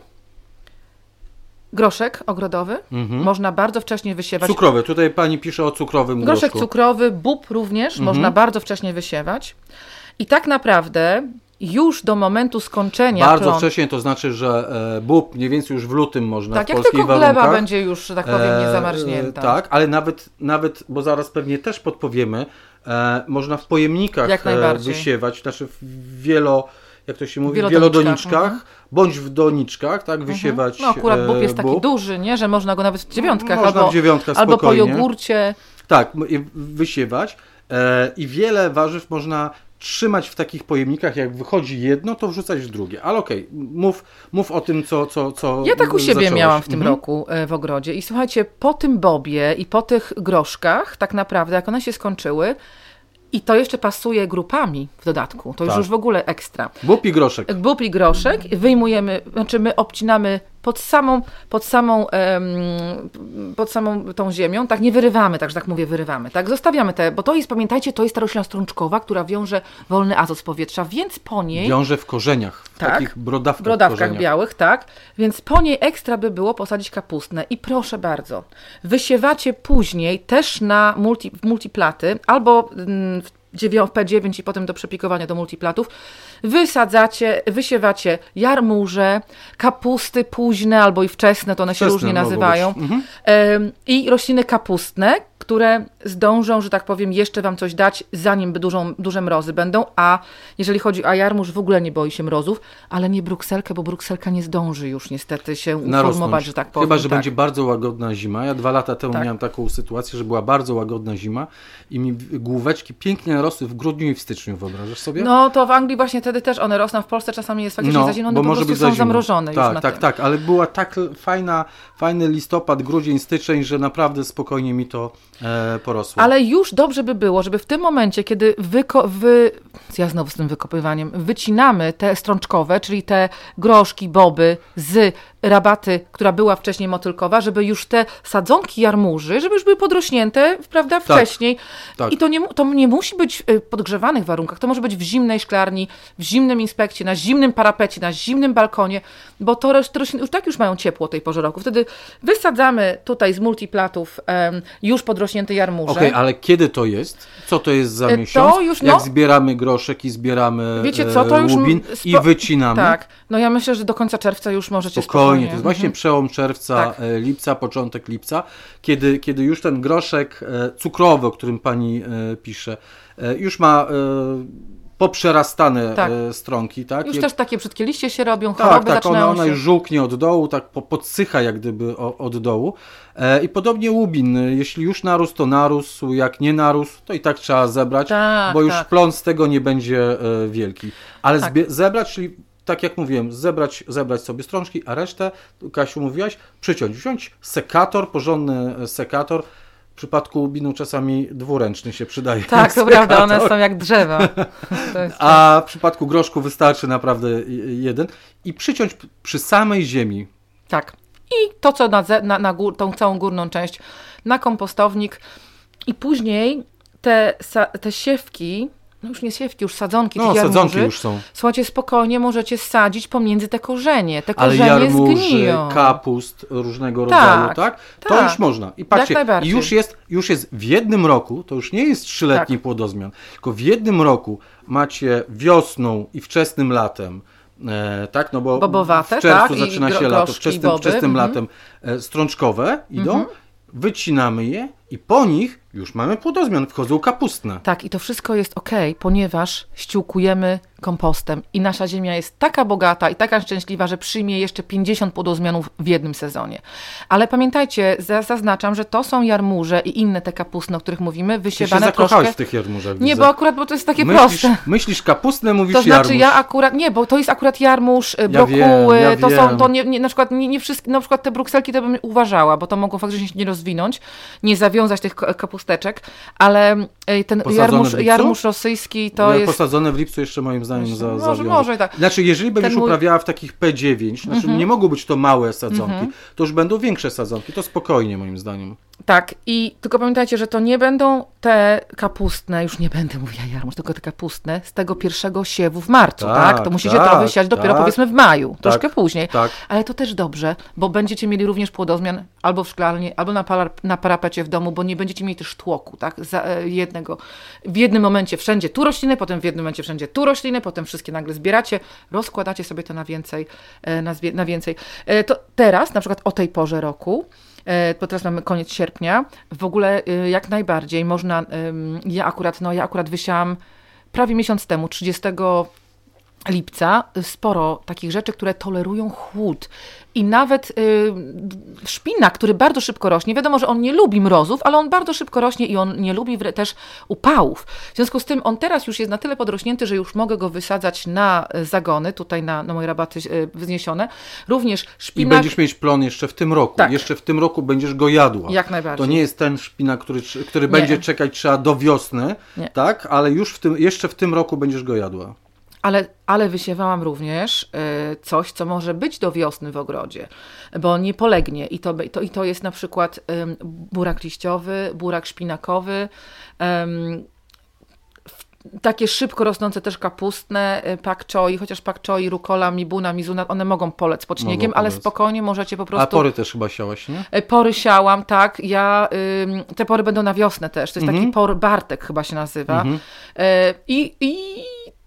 groszek ogrodowy, mhm. można bardzo wcześnie wysiewać. Cukrowy, tutaj pani pisze o cukrowym groszku. Groszek cukrowy, bób również mhm. można bardzo wcześnie wysiewać. I tak naprawdę już do momentu skończenia Bardzo plon... wcześnie, to znaczy, że e, bób mniej więcej już w lutym można tak, w polskich warunkach. Tak, jak tylko gleba będzie już, że tak powiem, nie zamarznięta. E, tak, ale nawet, nawet, bo zaraz pewnie też podpowiemy, e, można w pojemnikach jak e, wysiewać, znaczy w wielo, jak to się mówi, w wielodoniczkach, wielodoniczkach, mhm. bądź w doniczkach, tak, wysiewać. No akurat bób jest taki bób. duży, nie, że można go nawet w dziewiątkach, można albo, w dziewiątkach albo po spokojnie. jogurcie. Tak, wysiewać e, i wiele warzyw można trzymać w takich pojemnikach, jak wychodzi jedno, to wrzucać w drugie. Ale okej, okay, mów, mów o tym, co, co, co Ja tak u siebie zaczęłaś. miałam w tym mhm. roku w ogrodzie i słuchajcie, po tym bobie i po tych groszkach, tak naprawdę, jak one się skończyły, i to jeszcze pasuje grupami w dodatku, to już, tak. już w ogóle ekstra. Bób i groszek. Bób i groszek, wyjmujemy, znaczy my obcinamy pod samą, pod samą, em, pod samą tą ziemią, tak nie wyrywamy, tak, że tak mówię, wyrywamy, tak, zostawiamy te, bo to jest, pamiętajcie, to jest ta roślina strączkowa, która wiąże wolny azot z powietrza, więc po niej... Wiąże w korzeniach, w tak, takich brodawkach, brodawkach korzeniach. białych, tak, więc po niej ekstra by było posadzić kapustnę i proszę bardzo, wysiewacie później też na multi, w multiplaty, albo mm, w P dziewięć i potem do przepikowania do multiplatów, wysadzacie, wysiewacie jarmuże, kapusty późne albo i wczesne, to one Wczesne się różnie nazywają, mhm. ym, i rośliny kapustne, które zdążą, że tak powiem, jeszcze Wam coś dać, zanim dużą, duże mrozy będą, a jeżeli chodzi o jarmuż, w ogóle nie boi się mrozów, ale nie brukselkę, bo brukselka nie zdąży już niestety się uformować, że tak powiem. Chyba, że tak. będzie bardzo łagodna zima. Ja dwa lata temu tak. miałem taką sytuację, że była bardzo łagodna zima i mi główeczki pięknie rosły w grudniu i w styczniu, wyobrażasz sobie? No to w Anglii właśnie wtedy też one rosną, w Polsce czasami jest faktycznie no, za zimno, bo po może prostu być są za zimno. zamrożone tak, już na Tak, tym. tak, ale była tak fajna, fajny listopad, grudzień, styczeń, że naprawdę spokojnie mi to e, porosło. Ale już dobrze by było, żeby w tym momencie, kiedy wyko- wy... ja znowu z tym wykopywaniem, wycinamy te strączkowe, czyli te groszki, boby z rabaty, która była wcześniej motylkowa, żeby już te sadzonki jarmuży, żeby już były podrośnięte, prawda, wcześniej. tak. I to nie, to nie musi być w podgrzewanych warunkach, to może być w zimnej szklarni, w zimnym inspekcie, na zimnym parapecie, na zimnym balkonie, bo to rośliny już tak już mają ciepło o tej porze roku. Wtedy wysadzamy tutaj z multiplatów um, już podrośnięte jarmuże. Okej, okay, ale kiedy to jest? Co to jest za To miesiąc? już, Jak no, zbieramy groszek i zbieramy wiecie co, to już łubin spo... i wycinamy? Tak, no ja myślę, że do końca czerwca już możecie spokojnie. spokojnie. To jest właśnie mhm. przełom czerwca, tak. lipca, początek lipca, kiedy, kiedy już ten groszek cukrowy, o którym pani pisze, już ma poprzerastane tak. stronki. Tak? Już Jak... też takie brzydkie liście się robią, tak, choroby tak, zaczynają ona, ona się. już żółknie od dołu, tak podsycha jak gdyby od dołu. I podobnie łubin, jeśli już narósł, to narósł, jak nie narósł, to i tak trzeba zebrać, tak, bo już tak. plon z tego nie będzie wielki. Ale tak. zbie- zebrać, czyli tak jak mówiłem, zebrać, zebrać sobie strączki, a resztę, Kasiu mówiłaś, przyciąć. Wziąć sekator, porządny sekator. W przypadku łubinu czasami dwuręczny się przydaje. Tak, to prawda, one są jak drzewa. A w przypadku groszku wystarczy naprawdę jeden. I przyciąć przy samej ziemi. Tak. I to, co na, na, na gór, tą całą górną część, na kompostownik. I później te, te siewki, no już nie siewki, już sadzonki no, tych jarmuży. sadzonki już są. Słuchajcie, spokojnie możecie sadzić pomiędzy te korzenie. Te Ale korzenie jarmuży, zgniją. kapust różnego tak, rodzaju, tak? To tak. już można. I patrzcie, i już jest, już jest w jednym roku, to już nie jest trzyletni tak. płodozmian, tylko w jednym roku macie wiosną i wczesnym latem, e, tak? No bo Bobowate, w czerwcu tak? zaczyna I się gro- lato, wczesnym, boby. wczesnym mhm. latem e, strączkowe idą, mhm. wycinamy je i po nich już mamy płodozmian, wchodzą kapustne. Tak, i to wszystko jest ok, ponieważ ściółkujemy kompostem i nasza ziemia jest taka bogata i taka szczęśliwa, że przyjmie jeszcze pięćdziesiąt płodozmianów w jednym sezonie. Ale pamiętajcie, zaznaczam, że to są jarmuże i inne te kapustne, o których mówimy, wysiewane Ty się zakochałeś troszkę... w tych jarmużach. Nie, widzę. bo akurat, bo to jest takie myślisz, proste. Myślisz kapustne, mówisz To znaczy jarmuż. ja akurat, nie, bo to jest akurat jarmuż, ja brokuły, wiem, ja to wiem. są, to nie, nie, na przykład nie, nie wszystkie, na przykład te brukselki to bym uważała, bo to mogą faktycznie się nie rozwinąć, nie zawiązać tych kapusteczek, ale ten jarmuż, jarmuż rosyjski to ja jest... Posadzone w lipcu jeszcze moim zdaniem za, może, zawiąże. może tak. Znaczy, jeżeli będziesz Ten mój... uprawiała w takich P dziewięć, znaczy mm-hmm. nie mogą być to małe sadzonki, mm-hmm. to już będą większe sadzonki, to spokojnie moim zdaniem. Tak, i tylko pamiętajcie, że to nie będą te kapustne, już nie będę mówiła jarmuż, tylko te kapustne z tego pierwszego siewu w marcu, tak? tak? To musicie tak, to wysiać dopiero tak, powiedzmy w maju, tak, troszkę później. Tak. Ale to też dobrze, bo będziecie mieli również płodozmian albo w szklarni, albo na, par- na parapecie w domu, bo nie będziecie mieli też tłoku, tak? Za e, jednego. W jednym momencie wszędzie tu rośliny, potem w jednym momencie wszędzie tu rośliny, potem wszystkie nagle zbieracie, rozkładacie sobie to na więcej. E, na, zwie- na więcej. E, to teraz, na przykład o tej porze roku, bo teraz mamy koniec sierpnia, w ogóle jak najbardziej można, ja akurat, no ja akurat wysiałam prawie miesiąc temu, trzydziestego lipca, sporo takich rzeczy, które tolerują chłód. I nawet y, szpinak, który bardzo szybko rośnie, wiadomo, że on nie lubi mrozów, ale on bardzo szybko rośnie i on nie lubi też upałów. W związku z tym on teraz już jest na tyle podrośnięty, że już mogę go wysadzać na zagony, tutaj na, na moje rabaty y, wzniesione. Również szpinak... I będziesz mieć plon jeszcze w tym roku. Tak. Jeszcze w tym roku będziesz go jadła. Jak najbardziej. To nie jest ten szpinak, który, który będzie czekać trzeba do wiosny, nie. tak? Ale już w tym, jeszcze w tym roku będziesz go jadła. ale, ale wysiewałam również y, coś, co może być do wiosny w ogrodzie, bo nie polegnie. I to, to, i to jest na przykład y, burak liściowy, burak szpinakowy, y, takie szybko rosnące też kapustne, pak choi, chociaż pak choi, rukola, mibuna, mizuna, one mogą polec pod śniegiem, ale spokojnie możecie po prostu... A pory też chyba siałaś, nie? Pory siałam, tak. Ja, y, te pory będą na wiosnę też. To jest Mhm. taki por Bartek chyba się nazywa. Mhm. Y, I... i,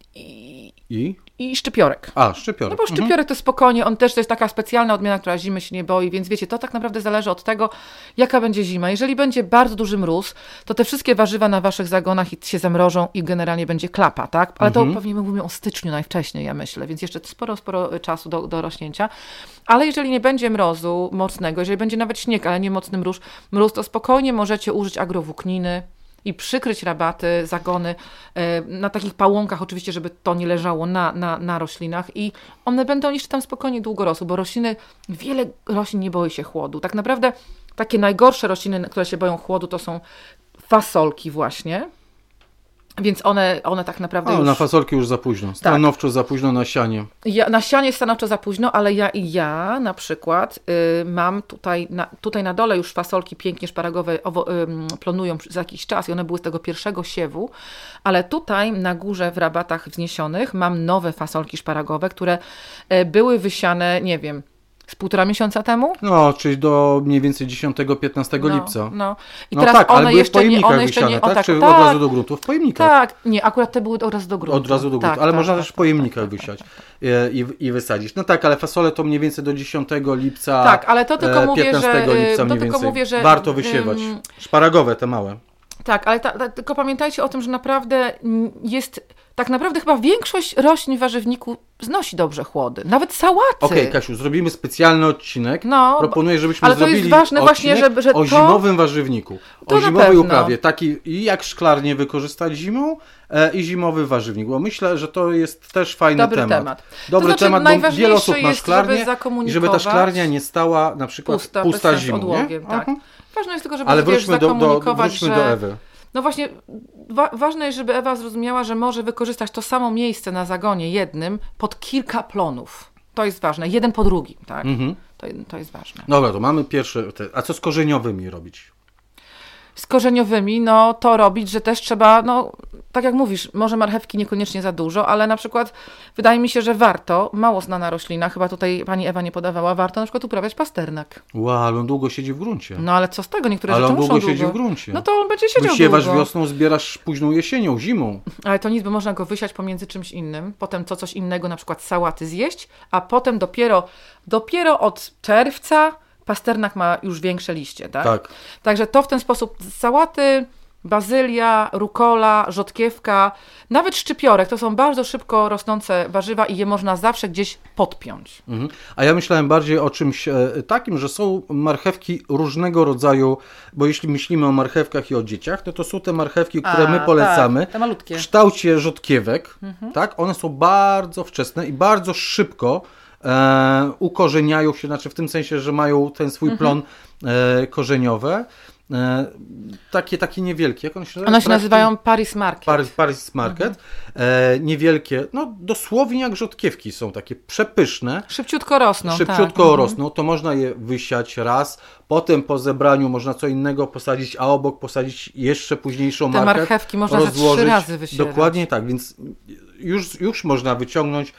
i I? I szczypiorek. A, szczypiorek. No bo szczypiorek mhm. to spokojnie, on też to jest taka specjalna odmiana, która zimy się nie boi, więc wiecie, to tak naprawdę zależy od tego, jaka będzie zima. Jeżeli będzie bardzo duży mróz, to te wszystkie warzywa na waszych zagonach się zamrożą i generalnie będzie klapa, tak? Ale mhm. to pewnie my mówimy o styczniu najwcześniej, ja myślę, więc jeszcze sporo, sporo czasu do, do rośnięcia. Ale jeżeli nie będzie mrozu mocnego, jeżeli będzie nawet śnieg, ale nie mocny mróz, mróz, to spokojnie możecie użyć agrowłókniny i przykryć rabaty, zagony e, na takich pałąkach oczywiście, żeby to nie leżało na, na, na roślinach i one będą jeszcze tam spokojnie długo rosły, bo rośliny, wiele roślin nie boi się chłodu. Tak naprawdę takie najgorsze rośliny, które się boją chłodu, to są fasolki właśnie. Więc one, one tak naprawdę o, już... na fasolki już za późno. Stanowczo tak. za późno na sianie. Ja, na sianie stanowczo za późno, ale ja i ja na przykład y, mam tutaj na, tutaj na dole już fasolki pięknie szparagowe owo, y, plonują za jakiś czas i one były z tego pierwszego siewu, ale tutaj na górze w rabatach wzniesionych mam nowe fasolki szparagowe, które y, były wysiane, nie wiem, z półtora miesiąca temu? No, czyli do mniej więcej dziesiątego piętnastego no, lipca. No, I no teraz tak, one ale były jeszcze w pojemnikach nie, one jeszcze wysiane, nie, tak? O, tak? Czy tak, od razu do gruntu? W pojemnikach. Tak, nie, akurat te były od razu do gruntu. Od razu do gruntu, tak, ale tak, można tak, też w tak, pojemnikach tak, wysiać tak, tak, tak. I, i wysadzić. No tak, ale fasole to mniej więcej do dziesiątego lipca, tak, ale to tylko mówię, piętnastego że, lipca to mniej tylko więcej. mówię, że warto wysiewać. Um, Szparagowe, te małe. Tak, ale ta, ta, tylko pamiętajcie o tym, że naprawdę jest, tak naprawdę chyba większość roślin w warzywniku znosi dobrze chłody. Nawet sałaty. Okej, okay, Kasiu, zrobimy specjalny odcinek. No, Proponuję, żebyśmy ale to zrobili jest ważne właśnie, że, że o to... zimowym warzywniku. To o zimowej pewno. uprawie. Taki i jak szklarnię wykorzystać zimą e, i zimowy warzywnik. Bo myślę, że to jest też fajny Dobry temat. temat. Dobry to znaczy, temat, bo wiele osób ma jest, szklarnię żeby i żeby ta szklarnia nie stała na przykład pusta, pusta bez zimą. odłogiem, tak. Aha. Ważne jest tylko, żeby ale wiesz, wróćmy, do, do, wróćmy że... do Ewy. No właśnie, wa- ważne jest, żeby Ewa zrozumiała, że może wykorzystać to samo miejsce na zagonie jednym pod kilka plonów. To jest ważne, jeden po drugim, tak? Mhm. To, to jest ważne. Dobra, to mamy pierwsze. Te, a co z korzeniowymi robić? Z korzeniowymi, no to robić, że też trzeba, no tak jak mówisz, może marchewki niekoniecznie za dużo, ale na przykład wydaje mi się, że warto, mało znana roślina, chyba tutaj pani Ewa nie podawała, warto na przykład uprawiać pasternak. Wow, ale on długo siedzi w gruncie. No ale co z tego, niektóre ale rzeczy on muszą długo długo. siedzi w gruncie. No to on będzie siedział Wysiewasz długo. wiosną, zbierasz późną jesienią, zimą. Ale to nic, bo można go wysiać pomiędzy czymś innym, potem co coś innego, na przykład sałaty zjeść, a potem dopiero, dopiero od czerwca pasternak ma już większe liście, tak? Tak. Także to w ten sposób sałaty, bazylia, rukola, rzodkiewka, nawet szczypiorek, to są bardzo szybko rosnące warzywa i je można zawsze gdzieś podpiąć. Mhm. A ja myślałem bardziej o czymś e, takim, że są marchewki różnego rodzaju, bo jeśli myślimy o marchewkach i o dzieciach, to to są te marchewki, które A, my polecamy tak, te malutkie. w kształcie rzodkiewek, mhm. tak? One są bardzo wczesne i bardzo szybko e, ukorzeniają się, znaczy w tym sensie, że mają ten swój mhm. plon e, korzeniowy. E, takie, takie niewielkie, jak one się nazywają? One się nazywają Paris Market. Paris, Paris Market. Mhm. E, niewielkie, no dosłownie jak rzodkiewki są takie przepyszne. Szybciutko rosną. Szybciutko tak. rosną, to można je wysiać raz, potem po zebraniu można co innego posadzić, a obok posadzić jeszcze późniejszą Te markę. marchewki można rozłożyć. ze trzy razy wysiewać. Dokładnie tak, więc już, już można wyciągnąć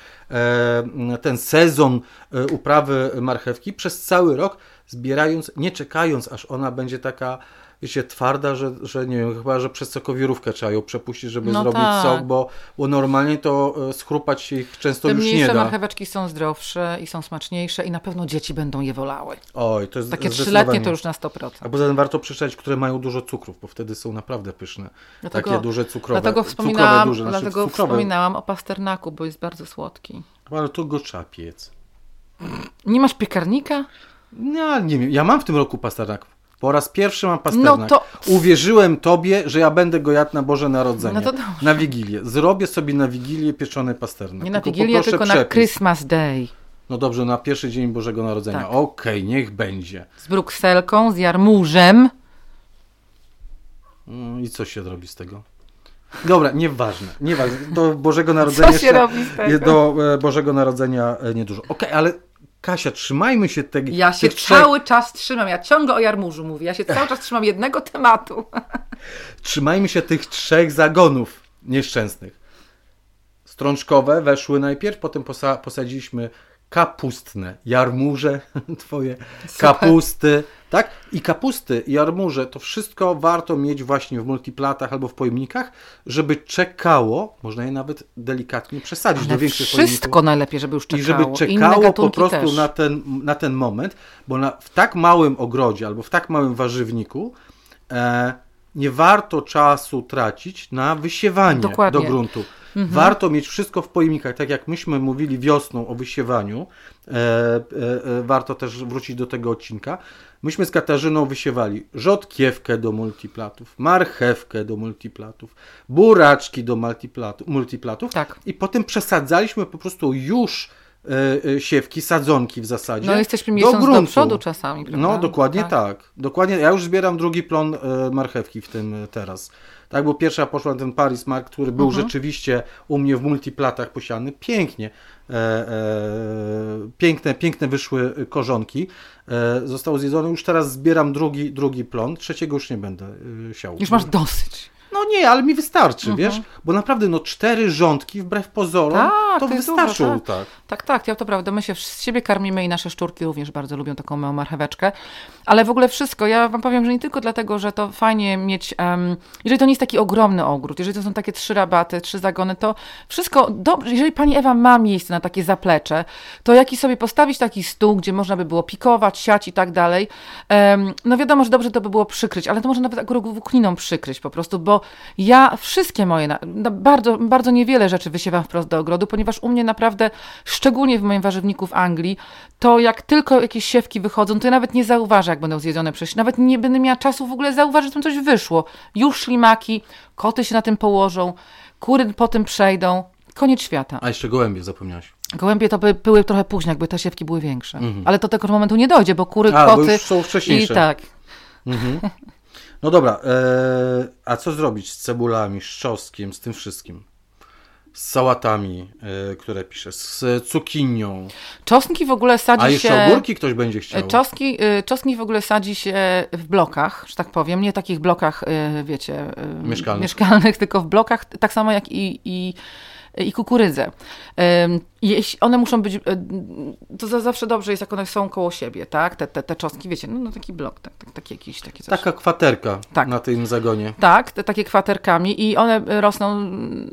e, ten sezon e, uprawy marchewki przez cały rok, zbierając, nie czekając, aż ona będzie taka, wiecie, twarda, że, że nie wiem, chyba, że przez sokowirówkę trzeba ją przepuścić, żeby no zrobić tak. sok, bo, bo normalnie to schrupać się ich często Te już nie da. mniejsze marcheweczki są zdrowsze i są smaczniejsze i na pewno dzieci będą je wolały. Oj, to jest takie trzyletnie to już na sto procent. A poza tym warto przeczytać, które mają dużo cukrów, bo wtedy są naprawdę pyszne. Dlatego, takie duże cukrowe. Dlatego wspominałam, cukrowe duże, dlatego znaczy cukrowe. wspominałam o pasternaku, bo jest bardzo słodki. Ale to go trzeba piec. Nie masz piekarnika? No, nie wiem. Ja mam w tym roku pasternak. Po raz pierwszy mam pasternak. No to... Uwierzyłem Tobie, że ja będę go jadł na Boże Narodzenie. No to dobrze. Na Wigilię. Zrobię sobie na Wigilię pieczony pasternak. Nie na tylko Wigilię, tylko przepis. na Christmas Day. No dobrze, na pierwszy dzień Bożego Narodzenia. Tak. Okej, okay, niech będzie. Z brukselką, z jarmużem. I co się robi z tego? Dobra, nieważne, nieważne. Do Bożego Narodzenia Co się jeszcze, robi z tego? do Bożego Narodzenia niedużo. Okej, okay, ale Kasia, trzymajmy się tego. Ja się cały czas trzymam, ja ciągle o jarmużu mówię, ja się cały czas trzymam jednego tematu. Trzymajmy się tych trzech zagonów nieszczęsnych. Strączkowe weszły najpierw, potem posa- posadziliśmy kapustne, jarmuże twoje, Super. kapusty, tak? I kapusty, i jarmuże, to wszystko warto mieć właśnie w multiplatach albo w pojemnikach, żeby czekało, można je nawet delikatnie przesadzić Ale do większych wszystko pojemników. wszystko najlepiej, żeby już czekało. I żeby czekało po prostu na ten, na ten moment, bo na, w tak małym ogrodzie albo w tak małym warzywniku e, nie warto czasu tracić na wysiewanie Dokładnie. do gruntu. Mhm. Warto mieć wszystko w pojemnikach, tak jak myśmy mówili wiosną o wysiewaniu, e, e, e, warto też wrócić do tego odcinka. Myśmy z Katarzyną wysiewali rzodkiewkę do multiplatów, marchewkę do multiplatów, buraczki do multiplatu, multiplatów tak. i potem przesadzaliśmy po prostu już e, e, siewki, sadzonki w zasadzie. No jesteśmy miesiąc do, do przodu czasami, prawda? No dokładnie tak. tak. Dokładnie. Ja już zbieram drugi plon e, marchewki w tym teraz. Tak, bo pierwsza poszła na ten Paris Mark, który był mhm. rzeczywiście u mnie w multiplatach posiany. Pięknie. E, e, piękne, piękne wyszły korzonki. E, zostało zjedzone. Już teraz zbieram drugi, drugi plon. Trzeciego już nie będę e, siał. Już masz dosyć. No nie, ale mi wystarczy, Mhm. wiesz? Bo naprawdę no cztery rządki wbrew pozorom tak, to, to wystarczą. Dużo, tak. tak, tak, tak, ja to prawda. My się z siebie karmimy i nasze szczurki również bardzo lubią taką małą marcheweczkę. Ale w ogóle wszystko, ja wam powiem, że nie tylko dlatego, że to fajnie mieć, um, jeżeli to nie jest taki ogromny ogród, jeżeli to są takie trzy rabaty, trzy zagony, to wszystko dobrze. Jeżeli pani Ewa ma miejsce na takie zaplecze, to jak i sobie postawić taki stół, gdzie można by było pikować, siać i tak dalej, um, no wiadomo, że dobrze to by było przykryć, ale to może nawet akurat włókniną przykryć po prostu, bo ja wszystkie moje, na, na bardzo, bardzo niewiele rzeczy wysiewam wprost do ogrodu, ponieważ u mnie naprawdę, szczególnie w moim warzywniku w Anglii, to jak tylko jakieś siewki wychodzą, to ja nawet nie zauważę, jak będą zjedzone przez, nawet nie będę miała czasu w ogóle zauważyć, że tam coś wyszło. Już ślimaki, koty się na tym położą, kury po tym przejdą, koniec świata. A jeszcze gołębie zapomniałaś. Gołębie to by były trochę później, jakby te siewki były większe. Mhm. Ale do tego momentu nie dojdzie, bo kury, A, koty... bo już są wcześniejsze. I tak. Mhm. No dobra, e, a co zrobić z cebulami, z czosnkiem, z tym wszystkim? Z sałatami, e, które piszę, z cukinią. Czosnki w ogóle sadzi się... A jeszcze się... ogórki ktoś będzie chciał. Czosnki, czosnki w ogóle sadzi się w blokach, że tak powiem. Nie takich blokach, wiecie, mieszkalnych, mieszkalnych tylko w blokach, tak samo jak i... i i kukurydzę. Jeśli one muszą być, to zawsze dobrze jest, jak one są koło siebie, tak? Te, te, te czosnki, wiecie, no, no taki blok, tak, tak, taki jakiś, taki coś. Taka kwaterka tak. na tym zagonie. Tak, te takie kwaterkami i one rosną,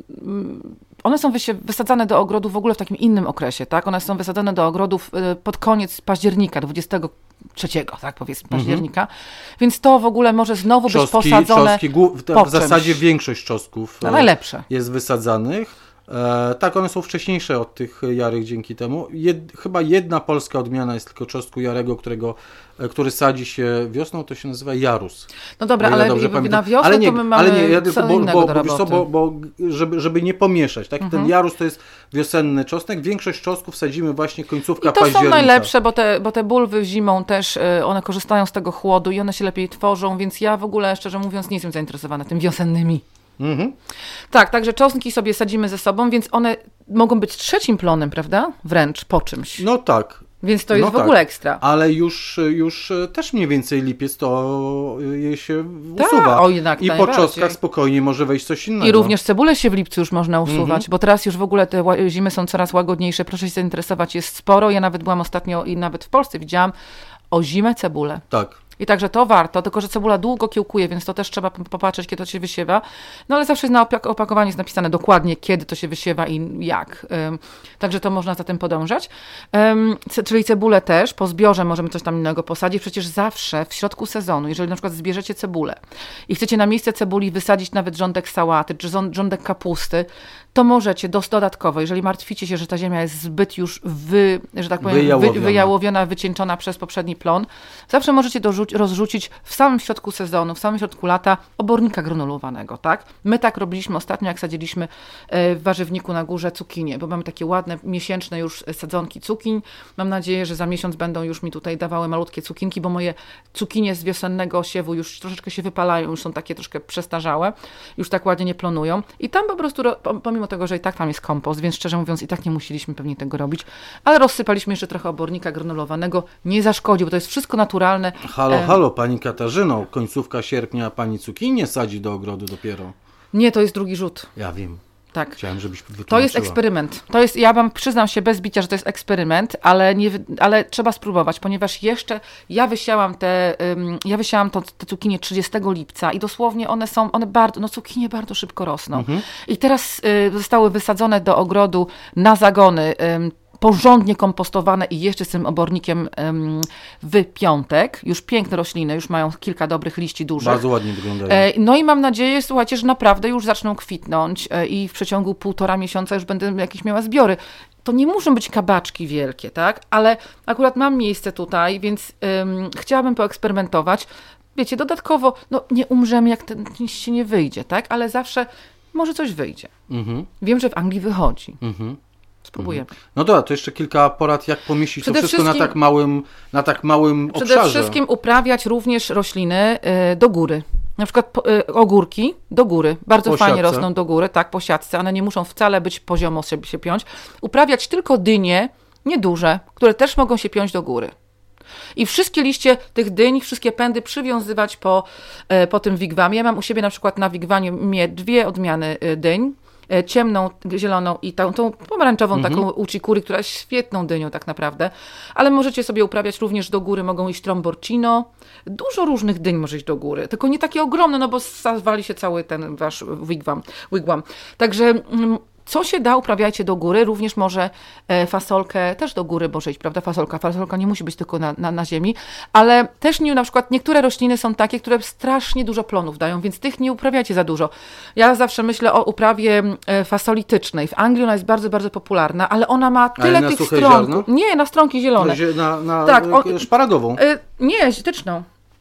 one są wysadzane do ogrodu w ogóle w takim innym okresie, tak? One są wysadzane do ogrodów pod koniec października, dwudziestego trzeciego, tak powiedzmy, października, mhm. więc to w ogóle może znowu czosnki, być posadzone czosnki, w, w zasadzie większość czosnków no, najlepsze. jest wysadzanych. E, tak, one są wcześniejsze od tych jarych dzięki temu. Jed, chyba jedna polska odmiana jest tylko czosnku jarego, którego, który sadzi się wiosną, to się nazywa jarus. No dobra, ale na wiosnę ale nie, to my mamy ale nie, ja tylko, bo, bo, bo, co, bo, bo żeby, żeby nie pomieszać, tak? Mhm. Ten jarus to jest wiosenny czosnek. Większość czosnków sadzimy właśnie końcówka października. I to są najlepsze, bo te, bo te bulwy zimą też, one korzystają z tego chłodu i one się lepiej tworzą, więc ja w ogóle, szczerze mówiąc, nie jestem zainteresowana tym wiosennymi. Mhm. Tak, także czosnki sobie sadzimy ze sobą, więc one mogą być trzecim plonem, prawda? Wręcz po czymś. No tak. Więc to jest no w ogóle tak. ekstra. Ale już, już też mniej więcej lipiec to je się Ta, usuwa. O, jednak I po czosnkach spokojnie może wejść coś innego. I również cebulę się w lipcu już można usuwać, mhm. bo teraz już w ogóle te zimy są coraz łagodniejsze. Proszę się zainteresować, jest sporo. Ja nawet byłam ostatnio i nawet w Polsce widziałam o zimę cebulę. Tak. I także to warto, tylko że cebula długo kiełkuje, więc to też trzeba popatrzeć, kiedy to się wysiewa. No ale zawsze na opakowaniu jest napisane dokładnie, kiedy to się wysiewa i jak. Um, także to można za tym podążać. Um, ce, czyli cebulę też, po zbiorze możemy coś tam innego posadzić. Przecież zawsze w środku sezonu, jeżeli na przykład zbierzecie cebulę i chcecie na miejsce cebuli wysadzić nawet rządek sałaty, czy rządek kapusty, to możecie dos- dodatkowo, jeżeli martwicie się, że ta ziemia jest zbyt już wy, że tak powiem, Wyjałowiona. wy, wyjałowiona, wycieńczona przez poprzedni plon, zawsze możecie dorzuć, rozrzucić w samym środku sezonu, w samym środku lata obornika granulowanego, tak? My tak robiliśmy ostatnio, jak sadziliśmy w warzywniku na górze cukinię, bo mamy takie ładne, miesięczne już sadzonki cukiń. Mam nadzieję, że za miesiąc będą już mi tutaj dawały malutkie cukinki, bo moje cukinie z wiosennego siewu już troszeczkę się wypalają, już są takie troszkę przestarzałe, już tak ładnie nie plonują. I tam po prostu, pomimo tego, że i tak tam jest kompost, więc szczerze mówiąc i tak nie musieliśmy pewnie tego robić, ale rozsypaliśmy jeszcze trochę obornika granulowanego, nie zaszkodził, bo to jest wszystko naturalne. Halo, halo, pani Katarzyno, końcówka sierpnia pani cukinię sadzi do ogrodu dopiero. Nie, to jest drugi rzut. Ja wiem. Tak. Chciałem, żebyś wytłumaczyła. To jest eksperyment. To jest, ja wam przyznam się bez bicia, że to jest eksperyment, ale, nie, ale trzeba spróbować, ponieważ jeszcze ja wysiałam te, um, ja wysiałam to, te cukinie trzydziestego lipca i dosłownie one są, one bardzo, no cukinie bardzo szybko rosną. Mhm. I teraz y, zostały wysadzone do ogrodu na zagony, y, porządnie kompostowane i jeszcze z tym obornikiem um, w piątek. Już piękne rośliny, już mają kilka dobrych liści dużych. Bardzo ładnie wyglądają. E, no i mam nadzieję, słuchajcie, że naprawdę już zaczną kwitnąć e, i w przeciągu półtora miesiąca już będę jakieś miała zbiory. To nie muszą być kabaczki wielkie, tak? Ale akurat mam miejsce tutaj, więc um, chciałabym poeksperymentować. Wiecie, dodatkowo, no nie umrzemy, jak ten nic się nie wyjdzie, tak? Ale zawsze może coś wyjdzie. Mhm. Wiem, że w Anglii wychodzi. Mhm. Spróbujemy. No dobra, to jeszcze kilka porad, jak pomieścić Przede to wszystko na tak małym, na tak małym Przede obszarze. Przede wszystkim uprawiać również rośliny y, do góry. Na przykład y, ogórki do góry. Bardzo po fajnie siatce. rosną do góry, tak, po siatce. One nie muszą wcale być poziomo się, się piąć. Uprawiać tylko dynie, nieduże, które też mogą się piąć do góry. I wszystkie liście tych dyń, wszystkie pędy przywiązywać po, y, po tym wigwamie. Ja mam u siebie na przykład na wigwamie dwie odmiany y, dyń. Ciemną, zieloną i tą, tą pomarańczową mhm. taką uchikuri, która jest świetną dynią tak naprawdę, ale możecie sobie uprawiać również do góry, mogą iść tromborcino, dużo różnych dyń może iść do góry, tylko nie takie ogromne, no bo zawali się cały ten wasz wigwam. wigwam. Także mm, co się da, uprawiajcie do góry, również może e, fasolkę też do góry może iść, prawda, fasolka, fasolka nie musi być tylko na, na, na ziemi, ale też nie, na przykład niektóre rośliny są takie, które strasznie dużo plonów dają, więc tych nie uprawiacie za dużo. Ja zawsze myślę o uprawie e, fasolitycznej. W Anglii ona jest bardzo, bardzo popularna, ale ona ma tyle na tych suche stronków. ziarno? Nie, na stronki zielone. Na, na tak, o, szparagową? E, nie, tyczną.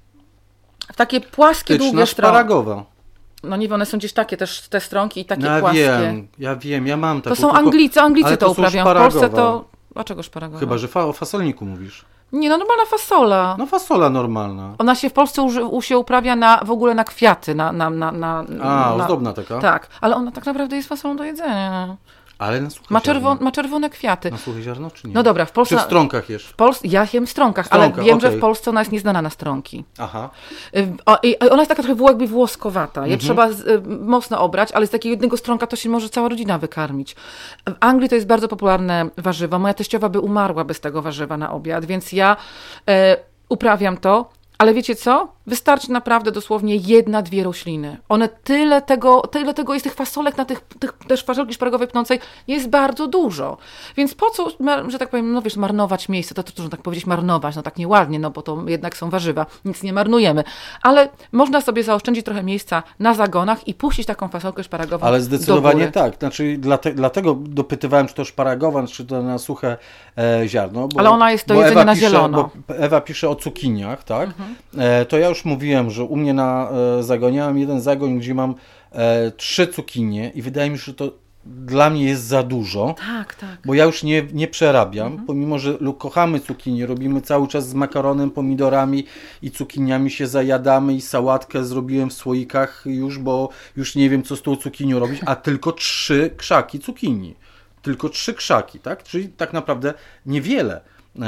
Takie płaskie, Tyczna, długie strony. szparagowa. No nie, one są gdzieś takie też, te stronki i takie no, ja płaskie. Wiem, ja wiem, ja mam taką. To są tylko, Anglicy, Anglicy to, to uprawiają. W Polsce to... Dlaczego szparagowa? Chyba, że fa- o fasolniku mówisz. Nie, no normalna fasola. No fasola normalna. Ona się w Polsce uży, się uprawia na, w ogóle na kwiaty. Na, na, na, na, A, na, ozdobna taka? Tak, ale ona tak naprawdę jest fasolą do jedzenia. Ale na suche ma, ziarno. czerwo- ma czerwone kwiaty. Na suche ziarno czy nie? No dobra, w Polsce... Czy w stronkach jesz? W Polsce, ja jem w stronkach, Stronka, ale wiem, okay. że w Polsce ona jest nieznana na stronki. Aha. O, i ona jest taka trochę jakby włoskowata. Je mhm. trzeba z, y, mocno obrać, ale z takiego jednego stronka to się może cała rodzina wykarmić. W Anglii to jest bardzo popularne warzywo. Moja teściowa by umarła bez tego warzywa na obiad, więc ja e, uprawiam to. Ale wiecie co? Wystarczy naprawdę dosłownie jedna, dwie rośliny. One tyle tego, tyle tego jest tych fasolek na tych, tych też fasolki szparagowej pnącej jest bardzo dużo. Więc po co, że tak powiem, no wiesz, marnować miejsce, to trudno tak powiedzieć marnować, no tak nieładnie, no bo to jednak są warzywa, nic nie marnujemy. Ale można sobie zaoszczędzić trochę miejsca na zagonach i puścić taką fasolkę szparagową. Ale zdecydowanie tak. Znaczy, dlate, dlatego dopytywałem, czy to szparagowa, czy to na suche e, ziarno. Bo, ale ona jest do jedzenia Ewa na pisze, zielono. Bo Ewa pisze o cukiniach, tak? Mhm. To ja już mówiłem, że u mnie na zagonie mam jeden zagoń, gdzie mam e, trzy cukinie i wydaje mi się, że to dla mnie jest za dużo, tak, tak. bo ja już nie, nie przerabiam, mhm. pomimo, że kochamy cukinie, robimy cały czas z makaronem, pomidorami i cukiniami się zajadamy i sałatkę zrobiłem w słoikach już, bo już nie wiem, co z tą cukinią robić, a tylko trzy krzaki cukinii. Tylko trzy krzaki, tak? Czyli tak naprawdę niewiele.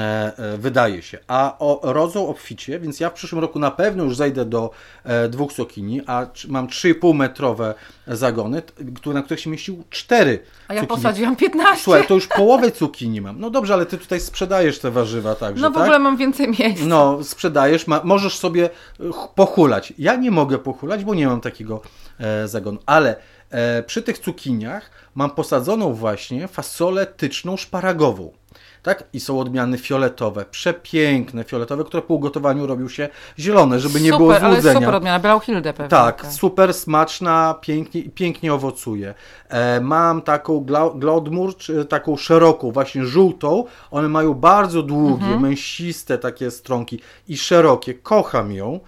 Wydaje się, a o, rodzą obficie, więc ja w przyszłym roku na pewno już zejdę do e, dwóch cukinii, a c- mam trzy i pół metrowe zagony, t- na których się mieścił cztery A ja cukinie. posadziłam piętnaście. Słuchaj, to już połowę cukinii mam. No dobrze, ale ty tutaj sprzedajesz te warzywa także, No w tak? ogóle mam więcej miejsca. No, sprzedajesz, ma, możesz sobie ch- pochulać. Ja nie mogę pochulać, bo nie mam takiego e, zagonu, ale E, przy tych cukiniach mam posadzoną właśnie fasolę tyczną szparagową. Tak? I są odmiany fioletowe, przepiękne fioletowe, które po ugotowaniu robią się zielone, żeby nie super, było złudzenia. Ale super odmiana, Blauhilde pewnie. Tak, tak, super smaczna, pięknie, pięknie owocuje. E, mam taką Glaudmur, taką szeroką, właśnie żółtą. One mają bardzo długie, mhm. mięsiste takie stronki i szerokie. Kocham ją.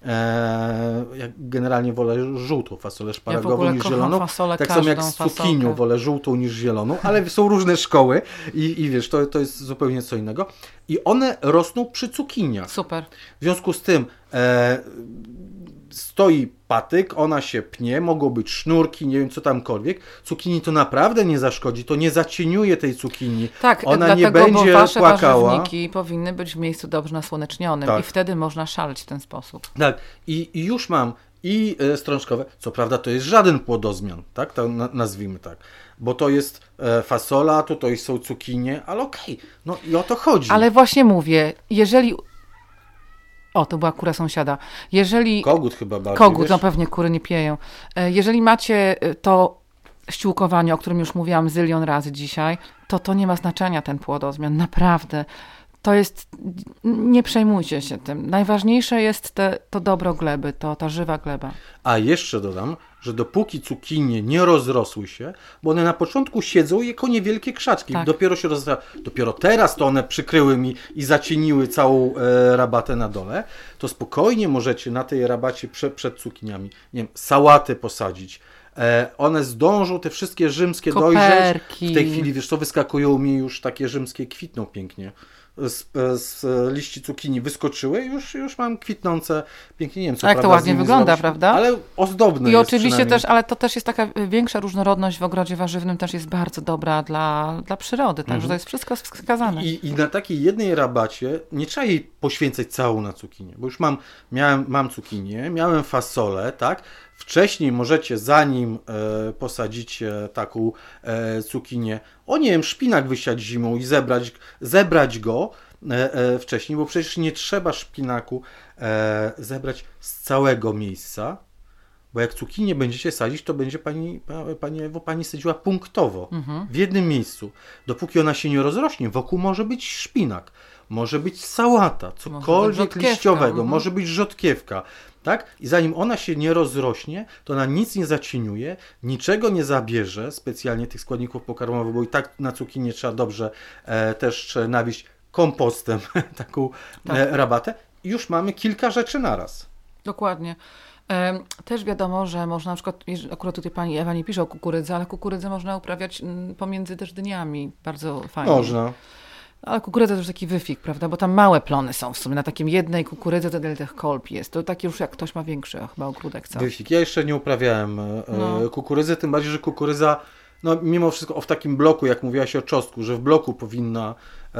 E, ja generalnie wolę żółtą fasolę szparagową ja niż zieloną. Fasolę, tak samo jak z cukinią wolę żółtą niż zieloną, ale są różne szkoły i, i wiesz, to, to jest zupełnie co innego. I one rosną przy cukiniach. Super. W związku z tym e, stoi patyk, ona się pnie, mogą być sznurki, nie wiem co tamkolwiek. Cukinii to naprawdę nie zaszkodzi, to nie zacieniuje tej cukinii. Tak, ona dlatego, nie będzie bo wasze płakała. warzywniki powinny być w miejscu dobrze nasłonecznionym tak. i wtedy można szaleć w ten sposób. Tak, i, i już mam i e, strączkowe, co prawda to jest żaden płodozmian, tak, to na, nazwijmy tak, bo to jest e, fasola, tutaj są cukinie, ale okej, okay, no i o to chodzi. Ale właśnie mówię, jeżeli... O, to była kura sąsiada. Jeżeli... Kogut chyba bardziej, Kogut, wiesz? no pewnie kury nie pieją. Jeżeli macie to ściółkowanie, o którym już mówiłam zylion razy dzisiaj, to to nie ma znaczenia, ten płodozmian, naprawdę. To jest, nie przejmujcie się tym. Najważniejsze jest te, to dobro gleby, to ta żywa gleba. A jeszcze dodam, że dopóki cukinie nie rozrosły się, bo one na początku siedzą jako niewielkie krzaczki, tak. dopiero się rozra... dopiero teraz to one przykryły mi i zacieniły całą e, rabatę na dole, to spokojnie możecie na tej rabacie prze, przed cukiniami, nie wiem, sałatę posadzić. E, one zdążą, te wszystkie rzymskie Koperki. dojrzeć. W tej chwili, wiesz co, wyskakują mi już takie rzymskie, kwitną pięknie. Z, z liści cukinii wyskoczyły, już, już mam kwitnące pięknie, nie wiem co. Jak to ładnie wygląda, zrobić, prawda? Ale ozdobne I jest oczywiście też, ale to też jest taka większa różnorodność w ogrodzie warzywnym, też jest bardzo dobra dla, dla przyrody, także mhm. to jest wszystko wskazane. I, I na takiej jednej rabacie nie trzeba jej poświęcać całą na cukinię, bo już mam, miałem, mam cukinię, miałem fasolę, tak? Wcześniej możecie, zanim e, posadzicie taką e, cukinię, o nie wiem, szpinak wysiać zimą i zebrać, zebrać go e, e, wcześniej, bo przecież nie trzeba szpinaku e, zebrać z całego miejsca, bo jak cukinię będziecie sadzić, to będzie pani, pani Ewo, pani sadziła punktowo, mhm. w jednym miejscu. Dopóki ona się nie rozrośnie, wokół może być szpinak, może być sałata, cokolwiek być liściowego, mhm. może być rzodkiewka. Tak? I zanim ona się nie rozrośnie, to ona nic nie zacieniuje, niczego nie zabierze specjalnie tych składników pokarmowych, bo i tak na cukinię trzeba dobrze e, też nawieść kompostem taką tak. e, rabatę. I już mamy kilka rzeczy naraz. Dokładnie. E, też wiadomo, że można na przykład, akurat tutaj pani Ewa nie pisze o kukurydzy, ale kukurydzę można uprawiać pomiędzy też dniami. Bardzo fajnie. Można. Ale kukurydza to już taki wyfik, prawda? Bo tam małe plony są w sumie. Na takim jednej kukurydzy to tyle tych kolb jest. To taki już jak ktoś ma większy chyba ogródek. Co? Wyfik. Ja jeszcze nie uprawiałem no. kukurydzy, tym bardziej, że kukurydza, no mimo wszystko, o w takim bloku, jak mówiłaś o czosnku, że w bloku powinna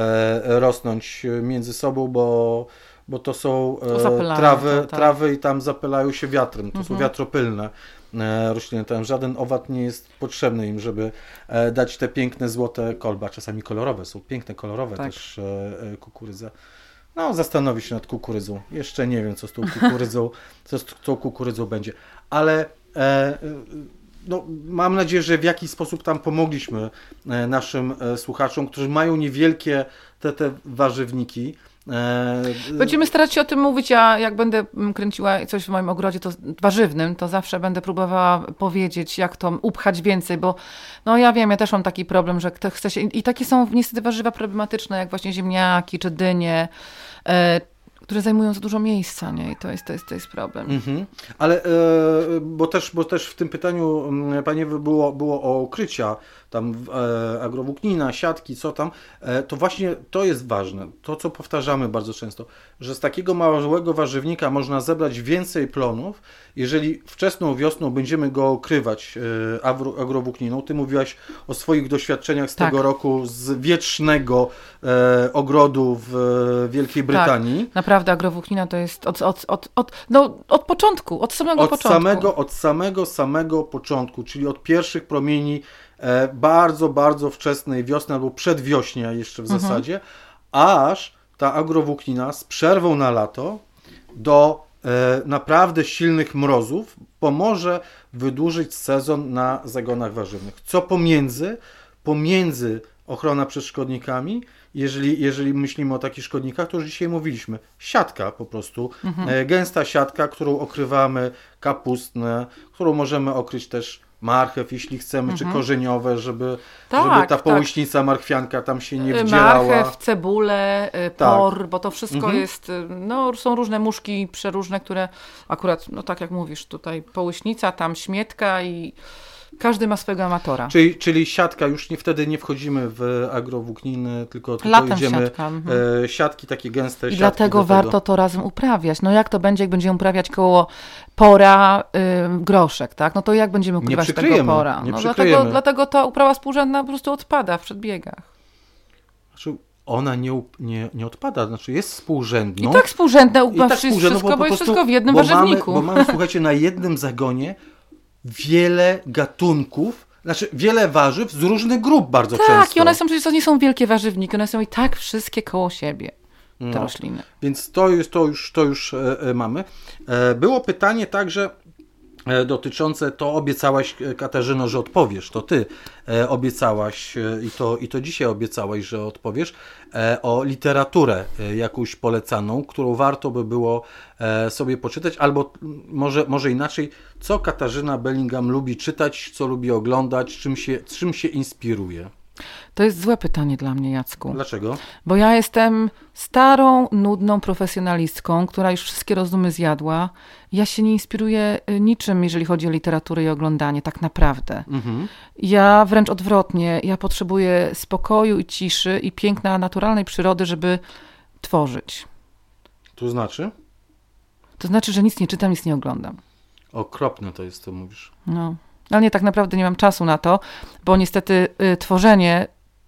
e, rosnąć między sobą, bo, bo to są e, trawy, to, tak. trawy i tam zapylają się wiatrem. To mhm. są wiatropylne rośliny. Tam żaden owad nie jest potrzebny im, żeby dać te piękne złote kolby, a czasami kolorowe. Są piękne, kolorowe tak. też kukurydze. No, zastanowię się nad kukurydzą. Jeszcze nie wiem, co z tą kukurydzą, co z tą kukurydzą będzie. Ale e, no, mam nadzieję, że w jakiś sposób tam pomogliśmy naszym słuchaczom, którzy mają niewielkie te, te warzywniki. Będziemy starać się o tym mówić, ja jak będę kręciła coś w moim ogrodzie to warzywnym, to zawsze będę próbowała powiedzieć, jak to upchać więcej, bo no ja wiem, ja też mam taki problem, że kto chce się, i takie są niestety warzywa problematyczne, jak właśnie ziemniaki czy dynie, e, które zajmują za dużo miejsca, nie? I to jest, to jest, to jest problem. Mhm. Ale, e, bo, też, bo też w tym pytaniu, panie, było, było o ukrycia, tam e, agrowłóknina, siatki, co tam, e, to właśnie to jest ważne, to co powtarzamy bardzo często, że z takiego małego warzywnika można zebrać więcej plonów, jeżeli wczesną wiosną będziemy go okrywać e, agrowłókniną. Ty mówiłaś o swoich doświadczeniach z tak. tego roku z wietrznego e, ogrodu w Wielkiej Brytanii. Tak, naprawdę agrowłóknina to jest od, od, od, od, no, od początku, od samego od początku. Samego, od samego, samego początku, czyli od pierwszych promieni e, bardzo, bardzo wczesnej wiosny albo przedwiośnia jeszcze w mhm. zasadzie, aż ta agrowłóknina z przerwą na lato do e, naprawdę silnych mrozów, pomoże wydłużyć sezon na zagonach warzywnych. Co pomiędzy? Pomiędzy ochrona przed szkodnikami, jeżeli, jeżeli myślimy o takich szkodnikach, to już dzisiaj mówiliśmy, siatka po prostu, mhm. gęsta siatka, którą okrywamy, kapustne, którą możemy okryć też marchew, jeśli chcemy, mhm. czy korzeniowe, żeby, tak, żeby ta połyśnica, tak. marchwianka tam się nie wdzielała. Marchew, cebulę, por, tak. bo to wszystko mhm. jest, no są różne muszki przeróżne, które akurat, no tak jak mówisz, tutaj połyśnica, tam śmietka i każdy ma swojego amatora. Czyli, czyli siatka, już nie wtedy nie wchodzimy w agrowłókniny, tylko, tylko Latem idziemy siatka. Mhm. E, siatki, takie gęste I siatki. dlatego warto to razem uprawiać. No jak to będzie, jak będziemy uprawiać koło pora y, groszek, tak? No to jak będziemy ukrywać tego pora? Nie no dlatego, dlatego ta uprawa współrzędna po prostu odpada w przedbiegach. Znaczy ona nie, nie, nie odpada, znaczy jest współrzędną. I tak współrzędna uprawa, tak wszystko, bo, bo, bo jest wszystko w jednym bo warzywniku. Mamy, bo mamy, słuchajcie, na jednym zagonie wiele gatunków, znaczy wiele warzyw z różnych grup bardzo tak, często. Tak, i one są przecież, to nie są wielkie warzywniki, one są i tak wszystkie koło siebie, te no, rośliny. Więc to, jest, to już, to już e, mamy. E, było pytanie także e, dotyczące, to obiecałaś, Katarzyno, że odpowiesz, to ty e, obiecałaś e, i, to, i to dzisiaj obiecałaś, że odpowiesz, e, o literaturę e, jakąś polecaną, którą warto by było e, sobie poczytać, albo może, może inaczej, co Katarzyna Bellingham lubi czytać, co lubi oglądać, czym się, czym się inspiruje. To jest złe pytanie dla mnie, Jacku. Dlaczego? Bo ja jestem starą, nudną profesjonalistką, która już wszystkie rozumy zjadła. Ja się nie inspiruję niczym, jeżeli chodzi o literaturę i oglądanie, tak naprawdę. Mhm. Ja wręcz odwrotnie, ja potrzebuję spokoju i ciszy i piękna, naturalnej przyrody, żeby tworzyć. To znaczy? To znaczy, że nic nie czytam, nic nie oglądam. Okropne to jest, to mówisz. No. Ale nie, tak naprawdę nie mam czasu na to, bo niestety y, tworzenie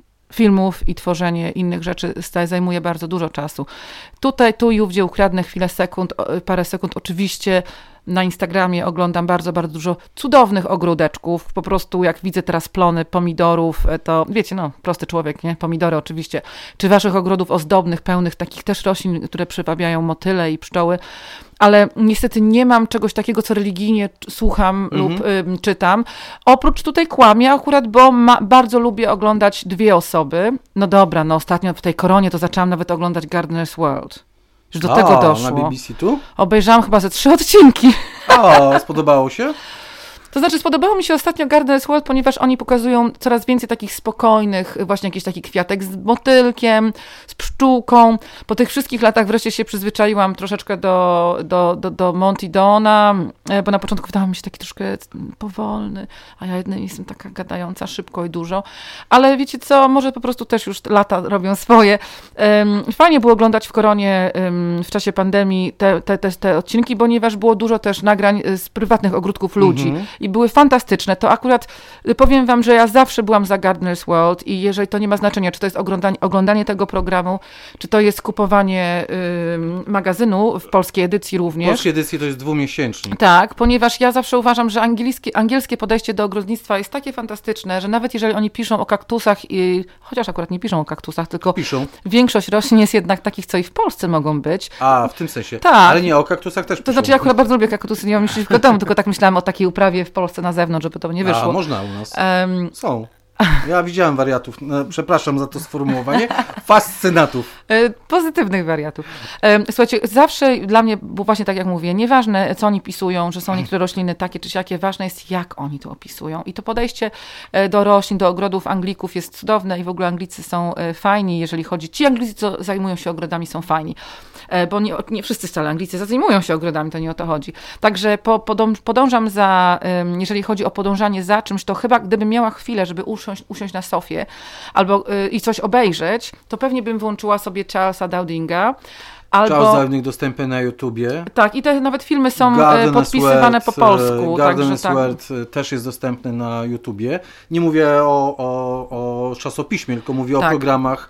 filmów i tworzenie innych rzeczy zajmuje bardzo dużo czasu. Tutaj, tu i ówdzie ukradnę chwilę sekund, parę sekund. Oczywiście na Instagramie oglądam bardzo, bardzo dużo cudownych ogródeczków. Po prostu jak widzę teraz plony pomidorów, to wiecie, no prosty człowiek, nie? Pomidory oczywiście. Czy waszych ogrodów ozdobnych, pełnych takich też roślin, które przywabiają motyle i pszczoły. Ale niestety nie mam czegoś takiego, co religijnie słucham mhm. lub y, czytam. Oprócz tutaj kłamie akurat, bo ma, bardzo lubię oglądać dwie osoby. No dobra, no ostatnio w tej koronie to zaczęłam nawet oglądać Gardener's World. Już do A, tego doszło. Na B B C tu? Obejrzałam chyba ze trzy odcinki. O, spodobało się? To znaczy spodobało mi się ostatnio Gardener's World, ponieważ oni pokazują coraz więcej takich spokojnych, właśnie jakiś taki kwiatek z motylkiem, z pszczółką. Po tych wszystkich latach wreszcie się przyzwyczaiłam troszeczkę do, do, do, do Monty Dona, bo na początku wydawał mi się taki troszkę powolny, a ja jednak jestem taka gadająca szybko i dużo. Ale wiecie co, może po prostu też już lata robią swoje. Fajnie było oglądać w koronie w czasie pandemii te, te, te, te odcinki, ponieważ było dużo też nagrań z prywatnych ogródków ludzi. Mhm. I były fantastyczne. To akurat powiem wam, że ja zawsze byłam za Gardener's World i jeżeli to nie ma znaczenia, czy to jest oglądanie, oglądanie tego programu, czy to jest kupowanie y, magazynu w polskiej edycji również. W polskiej edycji to jest dwumiesięcznik. Tak, ponieważ ja zawsze uważam, że angielskie, angielskie podejście do ogrodnictwa jest takie fantastyczne, że nawet jeżeli oni piszą o kaktusach, i, chociaż akurat nie piszą o kaktusach, tylko piszą. Większość roślin jest jednak takich, co i w Polsce mogą być. A, w tym sensie. Tak. Ale nie, o kaktusach też piszą. To znaczy ja akurat bardzo lubię kaktusy, nie mam już w domu, tylko tak myślałam o takiej uprawie w Polsce na zewnątrz, żeby to nie wyszło. A, można u nas. Um, Są. Ja widziałem wariatów, no, przepraszam za to sformułowanie, fascynatów. Pozytywnych wariatów. Słuchajcie, zawsze dla mnie, bo właśnie tak jak mówię, nieważne co oni pisują, że są niektóre rośliny takie czy siakie, ważne jest jak oni to opisują. I to podejście do roślin, do ogrodów Anglików jest cudowne i w ogóle Anglicy są fajni, jeżeli chodzi, ci Anglicy, co zajmują się ogrodami, są fajni. Bo nie, nie wszyscy wcale Anglicy zajmują się ogrodami, to nie o to chodzi. Także po, podąż, podążam za, jeżeli chodzi o podążanie za czymś, to chyba gdybym miała chwilę, żeby usiąść, usiąść na sofie albo y, i coś obejrzeć, to pewnie bym włączyła sobie Charlesa Dowdinga. Albo... Charles Dowding dostępny na YouTubie. Tak, i te nawet filmy są Gardener's podpisywane World, po polsku. Gardener's tak. World też jest dostępny na YouTubie. Nie mówię o, o, o czasopiśmie, tylko mówię tak. o programach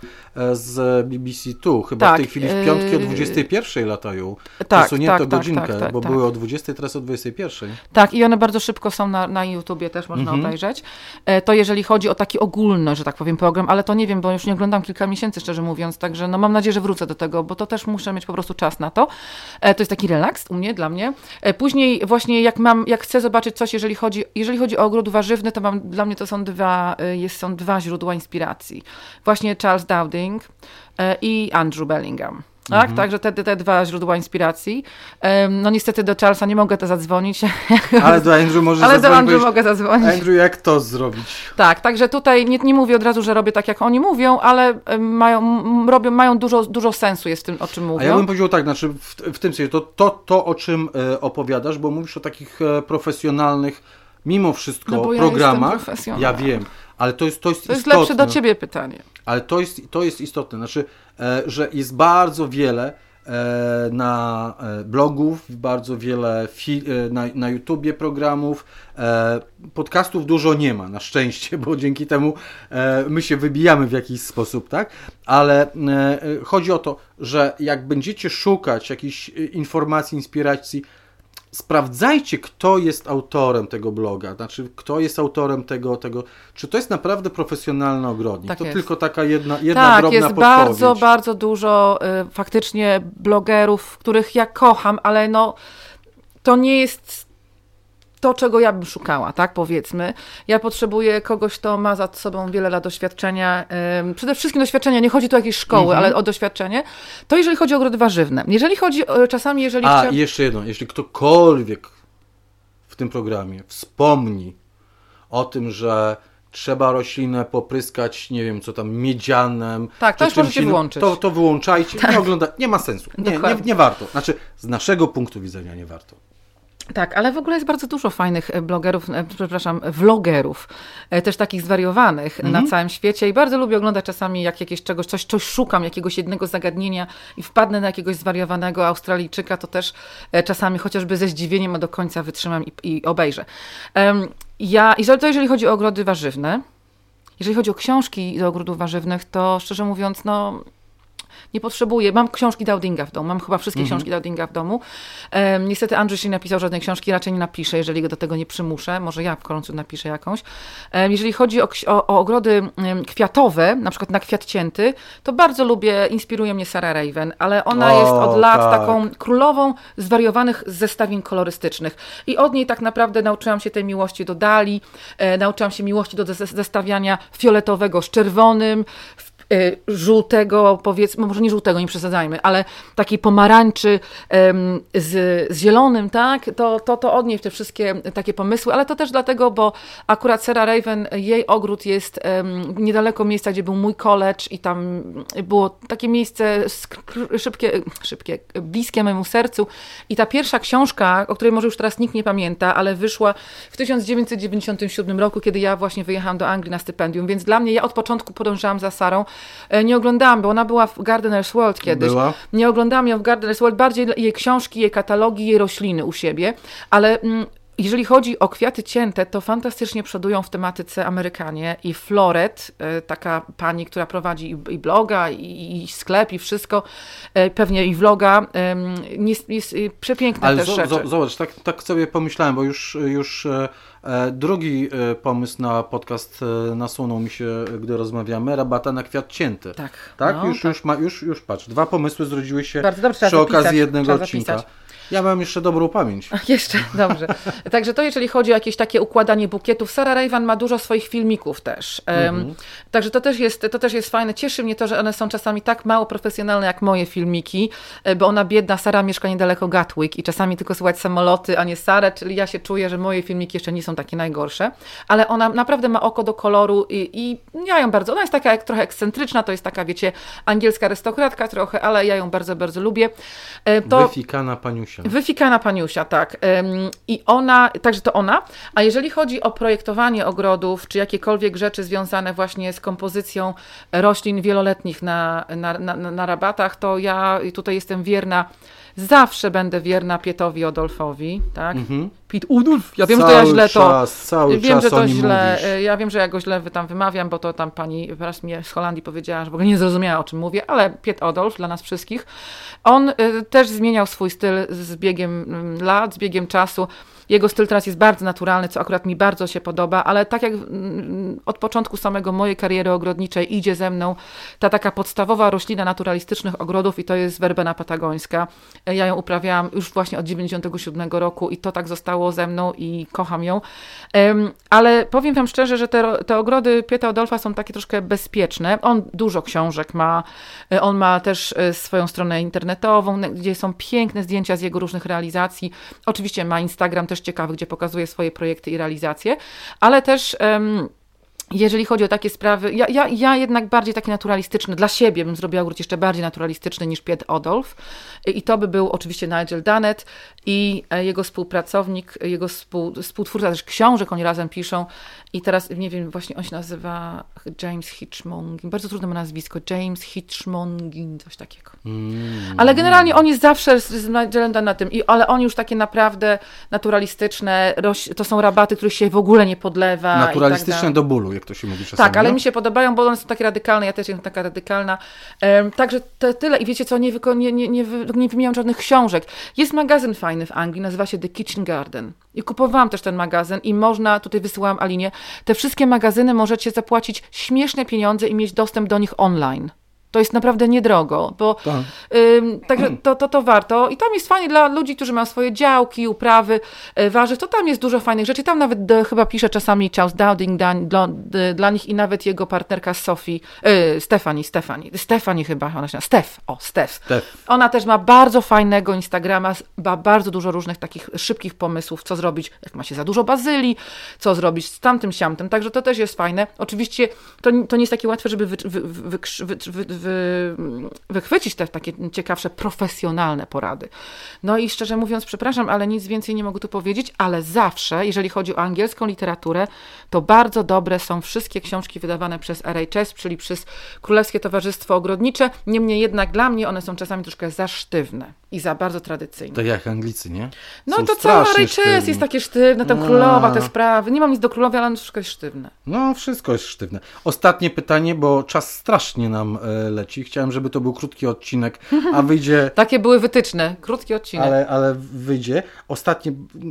z B B C two. Chyba tak. w tej chwili w piątki o dwudziestej pierwszej latają. Tak, Przesunięto tak, godzinkę, tak, tak, bo tak. były o dwudziestej, teraz o dwudziestej pierwszej. Tak, i one bardzo szybko są na, na YouTubie, też można mhm. obejrzeć. To jeżeli chodzi o taki ogólny, że tak powiem, program, ale to nie wiem, bo już nie oglądam kilka miesięcy, szczerze mówiąc, także no mam nadzieję, że wrócę do tego, bo to też muszę mieć po prostu czas na to. To jest taki relaks u mnie, dla mnie. Później właśnie jak mam, jak chcę zobaczyć coś, jeżeli chodzi, jeżeli chodzi o ogród warzywny, to mam, dla mnie to są dwa, jest, są dwa źródła inspiracji. Właśnie Charles Dowding i Andrew Bellingham. Tak, mhm. Także te, te dwa źródła inspiracji. No niestety do Charlesa nie mogę to zadzwonić. Ale do Andrew możesz Ale zadzwonić. Ale do Andrew mogę zadzwonić. Andrew, jak to zrobić? Tak, także tutaj nie, nie mówię od razu, że robię tak, jak oni mówią, ale mają, robią, mają dużo, dużo sensu jest w tym, o czym mówią. A ja bym powiedział tak, znaczy w, w tym sensie, to, to, to o czym e, opowiadasz, bo mówisz o takich e, profesjonalnych, mimo wszystko, no bo programach. Ja, ja wiem, ale to jest to jest To jest istotne. lepsze do ciebie pytanie. Ale to jest, to jest istotne, znaczy, e, że jest bardzo wiele e, na e, blogów, bardzo wiele fi, e, na, na YouTubie programów, e, podcastów dużo nie ma, na szczęście, bo dzięki temu e, my się wybijamy w jakiś sposób, tak? Ale e, chodzi o to, że jak będziecie szukać jakichś informacji, inspiracji, sprawdzajcie, kto jest autorem tego bloga, znaczy kto jest autorem tego, tego czy to jest naprawdę profesjonalny ogrodnik. Tak to jest. tylko taka jedna, jedna tak, drobna jest podpowiedź. bardzo, bardzo dużo y, faktycznie blogerów, których ja kocham, ale no to nie jest to, czego ja bym szukała, tak powiedzmy. Ja potrzebuję kogoś, kto ma za sobą wiele lat doświadczenia, yy, przede wszystkim doświadczenia, nie chodzi tu o jakieś szkoły, mm-hmm. ale o doświadczenie, to jeżeli chodzi o ogrody warzywne. Jeżeli chodzi o, czasami, jeżeli... A, chcia... i jeszcze jedno, jeśli ktokolwiek w tym programie wspomni o tym, że trzeba roślinę popryskać, nie wiem, co tam, miedzianem. Tak, to już możecie innym, wyłączyć. To, to wyłączajcie, tak. nie ogląda, nie ma sensu, nie, nie, nie warto. Znaczy, z naszego punktu widzenia nie warto. Tak, ale w ogóle jest bardzo dużo fajnych blogerów, przepraszam, vlogerów, też takich zwariowanych mm-hmm. na całym świecie i bardzo lubię oglądać czasami, jak jakieś czegoś, coś, coś szukam, jakiegoś jednego zagadnienia i wpadnę na jakiegoś zwariowanego Australijczyka, to też czasami chociażby ze zdziwieniem do końca wytrzymam i, i obejrzę. Um, ja, i to jeżeli chodzi o ogrody warzywne, jeżeli chodzi o książki do ogrodów warzywnych, to szczerze mówiąc, no... Nie potrzebuję. Mam książki Dowdinga w domu. Mam chyba wszystkie mm-hmm. książki Dowdinga w domu. Um, niestety Andrzej się nie napisał żadnej książki, raczej nie napiszę, jeżeli go do tego nie przymuszę. Może ja w końcu napiszę jakąś. Um, jeżeli chodzi o, o, o ogrody um, kwiatowe, na przykład na kwiat cięty, to bardzo lubię, inspiruje mnie Sarah Raven, ale ona o, jest od lat tak. taką królową zwariowanych zestawień kolorystycznych. I od niej tak naprawdę nauczyłam się tej miłości do Dali, e, nauczyłam się miłości do zestawiania fioletowego z czerwonym, żółtego, powiedzmy, może nie żółtego, nie przesadzajmy, ale takiej pomarańczy um, z, z zielonym, tak? To, to, to od niej te wszystkie takie pomysły, ale to też dlatego, bo akurat Sarah Raven, jej ogród jest um, niedaleko miejsca, gdzie był mój college i tam było takie miejsce szybkie, szybkie, bliskie memu sercu i ta pierwsza książka, o której może już teraz nikt nie pamięta, ale wyszła w tysiąc dziewięćset dziewięćdziesiątym siódmym roku, kiedy ja właśnie wyjechałam do Anglii na stypendium, więc dla mnie, ja od początku podążałam za Sarą. Nie oglądałam, bo ona była w Gardener's World kiedyś. Była? Nie oglądałam ją w Gardener's World, bardziej jej książki, jej katalogi, jej rośliny u siebie, ale mm, jeżeli chodzi o kwiaty cięte, to fantastycznie przodują w tematyce Amerykanie i Floret, taka pani, która prowadzi i bloga, i, i sklep, i wszystko, pewnie i vloga, jest, jest przepiękne ale też zo, rzeczy. zo, zobacz, tak, tak sobie pomyślałem, bo już, już e, drugi pomysł na podcast e, nasunął mi się, gdy rozmawiamy, rabata na kwiat cięty. Tak. Tak? No, już, tak. Już, ma, już, już patrz, dwa pomysły zrodziły się Bardzo dobrze, przy okazji zapisać, jednego trzeba odcinka. zapisać. Ja mam jeszcze dobrą pamięć. Jeszcze, dobrze. Także to jeżeli chodzi o jakieś takie układanie bukietów, Sarah Raven ma dużo swoich filmików też. Um, mm-hmm. Także to też, jest, to też jest fajne. Cieszy mnie to, że one są czasami tak mało profesjonalne jak moje filmiki, bo ona biedna, Sarah mieszka niedaleko Gatwick i czasami tylko słychać samoloty, a nie Sarah, czyli ja się czuję, że moje filmiki jeszcze nie są takie najgorsze, ale ona naprawdę ma oko do koloru i, i ja ją bardzo, ona jest taka jak trochę ekscentryczna, to jest taka, wiecie, angielska arystokratka trochę, ale ja ją bardzo, bardzo lubię. To... Wyfikana paniusia. Wyfikana paniusia, tak. I ona, także to ona. A jeżeli chodzi o projektowanie ogrodów, czy jakiekolwiek rzeczy związane właśnie z kompozycją roślin wieloletnich na, na, na, na rabatach, to ja tutaj jestem wierna Zawsze będę wierna Pietowi Odolfowi, tak? Mhm. Piet Odolf. Ja wiem, cały że to ja źle czas, to. Cały wiem, czas że to o nim źle. mówisz. Ja wiem, że ja go źle tam wymawiam, bo to tam pani raz mnie z Holandii powiedziała, że w ogóle nie zrozumiała, o czym mówię, ale Piet Odolf dla nas wszystkich. On y, też zmieniał swój styl z biegiem y, lat, z biegiem czasu. Jego styl teraz jest bardzo naturalny, co akurat mi bardzo się podoba, ale tak jak mm, od początku samego mojej kariery ogrodniczej idzie ze mną ta taka podstawowa roślina naturalistycznych ogrodów i to jest werbena patagońska. Ja ją uprawiałam już właśnie od dziewięćdziesiątego siódmego roku i to tak zostało ze mną i kocham ją. Um, ale powiem wam szczerze, że te, te ogrody Pieta Odolfa są takie troszkę bezpieczne. On dużo książek ma, on ma też swoją stronę internetową, gdzie są piękne zdjęcia z jego różnych realizacji. Oczywiście ma Instagram też ciekawy, gdzie pokazuje swoje projekty i realizacje, ale też um, jeżeli chodzi o takie sprawy, ja, ja, ja jednak bardziej taki naturalistyczny, dla siebie bym zrobiła ogród jeszcze bardziej naturalistyczny niż Piet Odolf i to by był oczywiście Nigel Dunnett i jego współpracownik, jego współ, współtwórca też książek, oni razem piszą i teraz nie wiem, właśnie on się nazywa James Hitchmongin, bardzo trudne ma nazwisko, James Hitchmongin, coś takiego. Mm. Ale generalnie on jest zawsze z, z Nigelem Dunnettem, i, ale oni już takie naprawdę naturalistyczne, to są rabaty, których się w ogóle nie podlewa. Naturalistyczne i tak do bólu, jak to się mówi czasami. Tak, ale no? mi się podobają, bo one są takie radykalne, ja też jestem taka radykalna. Um, także to tyle. I wiecie co, nie, wyko- nie, nie, nie, wy- nie wymieniam żadnych książek. Jest magazyn fajny w Anglii, nazywa się The Kitchen Garden. I kupowałam też ten magazyn i można, tutaj wysyłałam Alinie, te wszystkie magazyny możecie zapłacić śmieszne pieniądze i mieć dostęp do nich online. To jest naprawdę niedrogo, bo tak. ym, także to, to, to warto. I tam jest fajnie dla ludzi, którzy mają swoje działki, uprawy, y, warzyw, to tam jest dużo fajnych rzeczy. Tam nawet y, chyba pisze czasami Charles Dowding dla, dla, y, dla nich i nawet jego partnerka Sophie, y, Stefani, Stefani, Stefani chyba, ona się nazywa, Stef, o, Stef. Stef. Ona też ma bardzo fajnego Instagrama, ma bardzo dużo różnych takich szybkich pomysłów, co zrobić, jak ma się za dużo bazylii, co zrobić z tamtym, siamtym, także to też jest fajne. Oczywiście to, to nie jest takie łatwe, żeby wy, wy, wy, wy, wy, wy Wy, wychwycić te takie ciekawsze, profesjonalne porady. No i szczerze mówiąc, przepraszam, ale nic więcej nie mogę tu powiedzieć, ale zawsze, jeżeli chodzi o angielską literaturę, to bardzo dobre są wszystkie książki wydawane przez R H S, czyli przez Królewskie Towarzystwo Ogrodnicze. Niemniej jednak dla mnie one są czasami troszkę za sztywne i za bardzo tradycyjne. To jak Anglicy, nie? No są to cała R H S sztywni. Jest takie sztywne, tam królowa, te sprawy. Nie mam nic do królowej, ale wszystko jest sztywne. No, wszystko jest sztywne. Ostatnie pytanie, bo czas strasznie nam e, leci. Chciałem, żeby to był krótki odcinek, a wyjdzie... Takie były wytyczne, krótki odcinek. Ale, ale wyjdzie. Ostatnie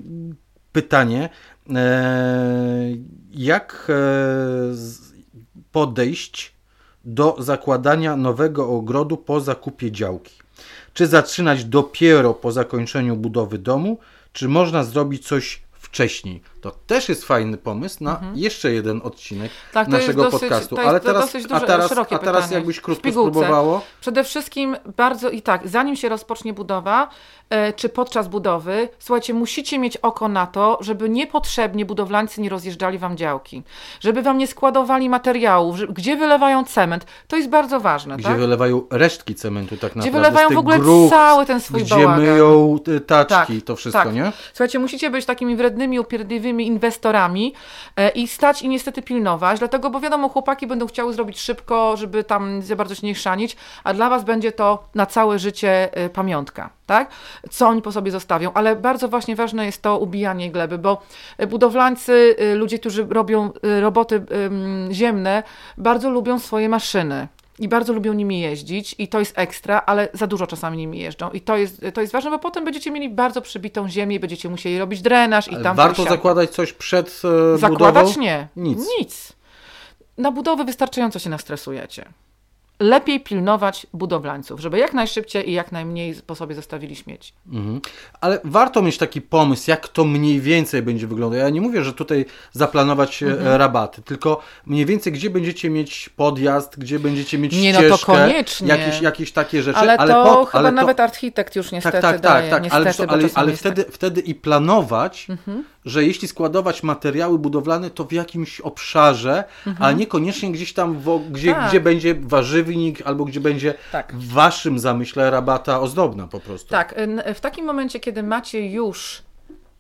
pytanie. E, jak e, podejść do zakładania nowego ogrodu po zakupie działki? Czy zaczynać dopiero po zakończeniu budowy domu, czy można zrobić coś wcześniej? To też jest fajny pomysł na mhm. jeszcze jeden odcinek tak, naszego dosyć, podcastu. Ale teraz, duże, a teraz, a teraz jakbyś krótko spróbowało? Przede wszystkim bardzo i tak, zanim się rozpocznie budowa, e, czy podczas budowy, słuchajcie, musicie mieć oko na to, żeby niepotrzebnie budowlańcy nie rozjeżdżali wam działki, żeby wam nie składowali materiałów, że, gdzie wylewają cement, to jest bardzo ważne. Gdzie tak? wylewają resztki cementu tak naprawdę. Gdzie wylewają w ogóle gruch, cały ten swój gdzie bałagan. Gdzie myją taczki, tak, to wszystko, tak. nie? Słuchajcie, musicie być takimi wrednymi, upierdliwymi inwestorami e, i stać i niestety pilnować, dlatego, bo wiadomo, chłopaki będą chciały zrobić szybko, żeby tam za bardzo się nie chrzanić, a dla was będzie to na całe życie e, pamiątka, tak? Co oni po sobie zostawią, ale bardzo właśnie ważne jest to ubijanie gleby, bo budowlańcy, e, ludzie, którzy robią e, roboty e, ziemne, bardzo lubią swoje maszyny. I bardzo lubią nimi jeździć i to jest ekstra, ale za dużo czasami nimi jeżdżą i to jest, to jest ważne, bo potem będziecie mieli bardzo przybitą ziemię, będziecie musieli robić drenaż i ale tam... warto zakładać coś przed e, Zakładać budową? nie. Nic. Nic. Na budowę wystarczająco się nastresujecie. Lepiej pilnować budowlańców, żeby jak najszybciej i jak najmniej po sobie zostawili śmieci. Mhm. Ale warto mieć taki pomysł, jak to mniej więcej będzie wyglądać. Ja nie mówię, że tutaj zaplanować mhm. rabaty, tylko mniej więcej, gdzie będziecie mieć podjazd, gdzie będziecie mieć nie, ścieżkę, no to koniecznie. Jakieś, jakieś takie rzeczy. Ale to ale po, chyba ale nawet to... architekt już niestety tak, tak, daje. Tak, tak, niestety, ale, ale, ale jest wtedy, tak. wtedy i planować, mhm. że jeśli składować materiały budowlane, to w jakimś obszarze, mhm. a niekoniecznie gdzieś tam, w, gdzie, tak. gdzie będzie warzywnik, albo gdzie będzie tak. w waszym zamyśle rabata ozdobna po prostu. Tak, w takim momencie, kiedy macie już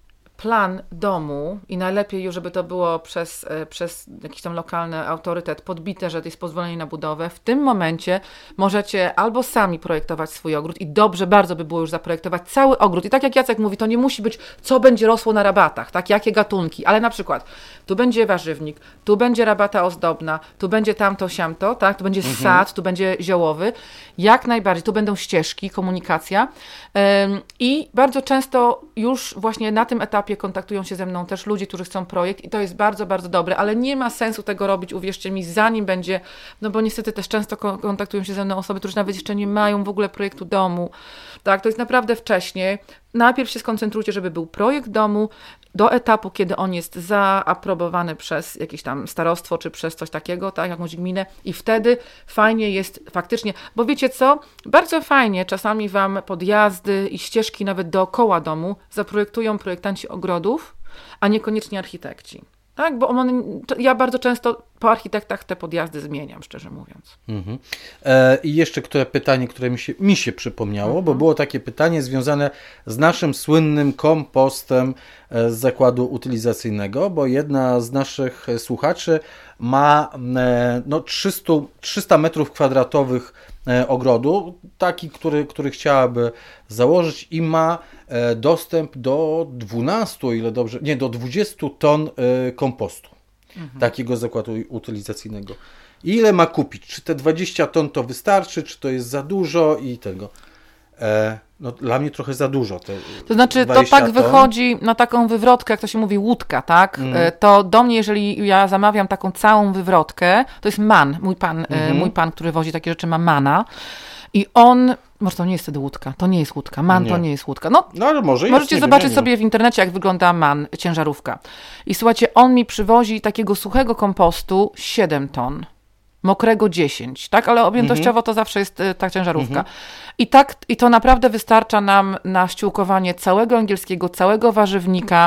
plan domu i najlepiej już, żeby to było przez, przez jakiś tam lokalny autorytet podbite, że to jest pozwolenie na budowę, w tym momencie możecie albo sami projektować swój ogród i dobrze, bardzo by było już zaprojektować cały ogród. I tak jak Jacek mówi, to nie musi być, co będzie rosło na rabatach, tak, jakie gatunki, ale na przykład tu będzie warzywnik, tu będzie rabata ozdobna, tu będzie tamto, siamto, tak, tu będzie mhm. sad, tu będzie ziołowy, jak najbardziej, tu będą ścieżki, komunikacja ym, i bardzo często już właśnie na tym etapie kontaktują się ze mną też ludzie, którzy chcą projekt i to jest bardzo, bardzo dobre, ale nie ma sensu tego robić, uwierzcie mi, zanim będzie, no bo niestety też często kontaktują się ze mną osoby, które nawet jeszcze nie mają w ogóle projektu domu, tak, to jest naprawdę wcześnie. Najpierw się skoncentrujcie, żeby był projekt domu do etapu, kiedy on jest zaaprobowany przez jakieś tam starostwo, czy przez coś takiego, tak, jakąś gminę i wtedy fajnie jest faktycznie, bo wiecie co, bardzo fajnie czasami wam podjazdy i ścieżki nawet dookoła domu zaprojektują projektanci ogrodów, a niekoniecznie architekci. Tak, bo on, ja bardzo często po architektach te podjazdy zmieniam, szczerze mówiąc. Mhm. E, I jeszcze które pytanie, które mi się, mi się przypomniało, mhm. bo było takie pytanie związane z naszym słynnym kompostem z zakładu utylizacyjnego, bo jedna z naszych słuchaczy ma e, no, trzysta, trzysta metrów kwadratowych ogrodu, taki, który, który chciałaby założyć i ma dostęp do dwunastu, ile dobrze, nie, do dwudziestu ton kompostu, mhm. takiego zakładu utylizacyjnego. Ile ma kupić? Czy te dwadzieścia ton to wystarczy, czy to jest za dużo i tego? E, no, dla mnie trochę za dużo. Te to znaczy, to tak ton. Wychodzi na taką wywrotkę, jak to się mówi, łódka, tak? Mm. To do mnie, jeżeli ja zamawiam taką całą wywrotkę, to jest man, mój pan, mm-hmm. mój pan, który wozi takie rzeczy, ma mana i on, może to nie jest wtedy łódka, to nie jest łódka, man nie. to nie jest łódka. No, no ale może możecie jest, zobaczyć wiem, sobie w internecie, jak wygląda man, ciężarówka. I słuchajcie, on mi przywozi takiego suchego kompostu siedem ton. Mokrego dziesięć, tak? Ale objętościowo mm-hmm. to zawsze jest y, ta ciężarówka. Mm-hmm. I tak, i to naprawdę wystarcza nam na ściółkowanie całego angielskiego, całego warzywnika.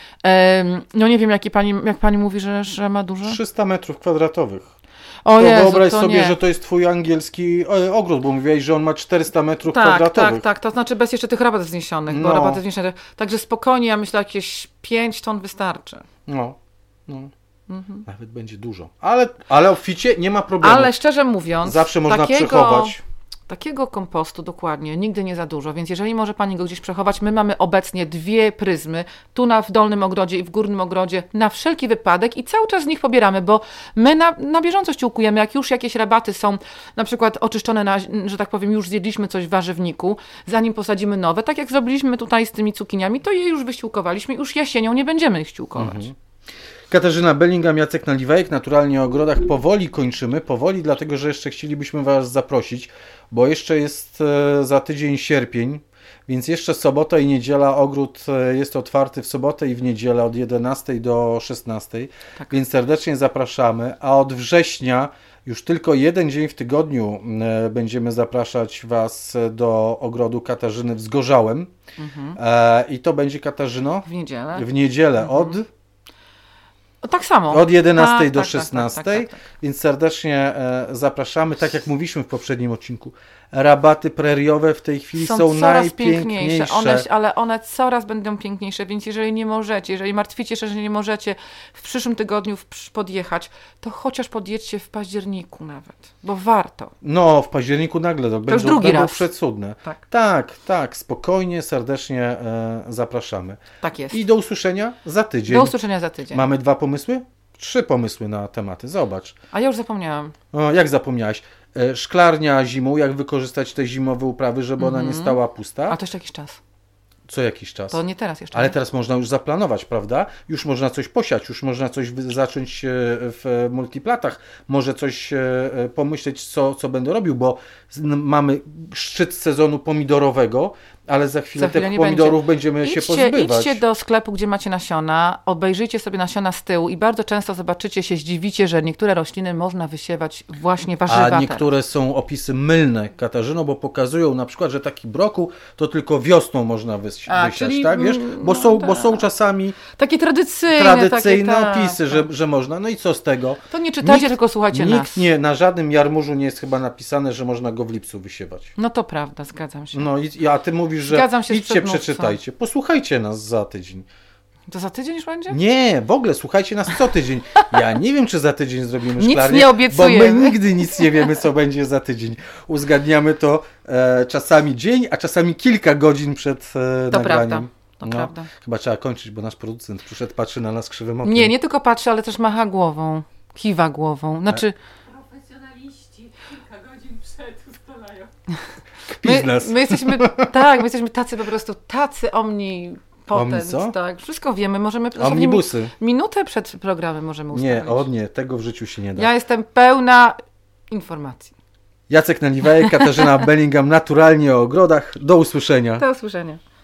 Ym, no nie wiem, jaki pani, jak pani mówi, że, że ma dużo? trzysta metrów kwadratowych. O to Jezu, wyobraź to sobie, nie. że to jest twój angielski ogród, bo mówiłeś, że on ma czterysta metrów tak, kwadratowych. Tak, tak, to znaczy bez jeszcze tych rabat zniesionych, no. bo rabaty zniesione. Także spokojnie, ja myślę, jakieś pięć ton wystarczy. No, no. Mhm. Nawet będzie dużo. Ale, ale obficie nie ma problemu. Ale szczerze mówiąc, zawsze można takiego, przechować. Takiego kompostu dokładnie, nigdy nie za dużo, więc jeżeli może pani go gdzieś przechować, my mamy obecnie dwie pryzmy, tu na, w dolnym ogrodzie i w górnym ogrodzie, na wszelki wypadek i cały czas z nich pobieramy, bo my na, na bieżąco ściółkujemy, jak już jakieś rabaty są na przykład oczyszczone, na, że tak powiem, już zjedliśmy coś w warzywniku, zanim posadzimy nowe, tak jak zrobiliśmy tutaj z tymi cukiniami, to je już wyściółkowaliśmy, już jesienią nie będziemy ich ściółkować. Mhm. Katarzyna Bellingham, Jacek Naliwajek, Naturalnie o ogrodach. Powoli kończymy, powoli, dlatego że jeszcze chcielibyśmy Was zaprosić, bo jeszcze jest za tydzień sierpień, więc jeszcze sobota i niedziela ogród jest otwarty w sobotę i w niedzielę od jedenastej do szesnastej, tak. Więc serdecznie zapraszamy, a od września już tylko jeden dzień w tygodniu będziemy zapraszać Was do ogrodu Katarzyny w Zgorzałem. Mhm. I to będzie, Katarzyno? W niedzielę. W niedzielę mhm. od... Tak samo. Od jedenastej do szesnastej, tak, tak, tak, tak, tak. Więc serdecznie e, zapraszamy. Tak jak mówiliśmy w poprzednim odcinku, rabaty preriowe w tej chwili są, są najpiękniejsze. One, ale one coraz będą piękniejsze, więc jeżeli nie możecie, jeżeli martwicie się, że nie możecie w przyszłym tygodniu podjechać, to chociaż podjedźcie w październiku nawet, bo warto. No, w październiku nagle to, to będą, drugi będą raz. przecudne. Tak. tak, tak, spokojnie, serdecznie e, zapraszamy. Tak jest. I do usłyszenia za tydzień. Do usłyszenia za tydzień. Mamy dwa pomysły? Trzy pomysły na tematy, zobacz. A ja już zapomniałam. O, jak zapomniałaś? Szklarnia zimą, jak wykorzystać te zimowe uprawy, żeby mm-hmm. ona nie stała pusta. A to jeszcze jakiś czas. Co jakiś czas. To nie teraz jeszcze. Ale nie? teraz można już zaplanować, prawda? Już można coś posiać, już można coś zacząć w multiplatach, może coś pomyśleć, co, co będę robił, bo mamy szczyt sezonu pomidorowego, ale za chwilę, za chwilę tych pomidorów będzie. będziemy idźcie, się pozbywać. Idźcie do sklepu, gdzie macie nasiona, obejrzyjcie sobie nasiona z tyłu i bardzo często zobaczycie, się zdziwicie, że niektóre rośliny można wysiewać właśnie warzywa. A niektóre są opisy mylne, Katarzyno, bo pokazują na przykład, że taki brokuł to tylko wiosną można wysiać, A, czyli, tak? Wiesz? Bo, no są, tak. bo są czasami takie tradycyjne, tradycyjne takie, opisy, tak, że, tak. że można. No i co z tego? To nie czytajcie, nikt, tylko słuchajcie nikt nas. Nie, na żadnym jarmużu nie jest chyba napisane, że można go w lipcu wysiewać. No to prawda, zgadzam się. No i a ty mówisz, że Zgadzam się idźcie, przeczytajcie. Posłuchajcie nas za tydzień. To za tydzień już będzie? Nie, w ogóle słuchajcie nas co tydzień. Ja nie wiem, czy za tydzień zrobimy szklarnię. Nic nie obiecujemy. Bo my nigdy nic nie wiemy, co będzie za tydzień. Uzgadniamy to e, czasami dzień, a czasami kilka godzin przed e, to nagraniem. Prawda. To no, prawda. Chyba trzeba kończyć, bo nasz producent przyszedł, patrzy na nas krzywym okiem. Nie, nie tylko patrzy, ale też macha głową. Kiwa głową. Znaczy... Profesjonaliści kilka godzin przed ustalają. Kpi z nas. My, my jesteśmy, tak, my jesteśmy tacy po prostu, tacy omni... Omni co? Tak, wszystko wiemy, możemy... Omnibusy. Minutę przed programem możemy ustalić. Nie, o nie, tego w życiu się nie da. Ja jestem pełna informacji. Jacek Naliwajek, Katarzyna Bellingham, naturalnie o ogrodach. Do usłyszenia. Do usłyszenia.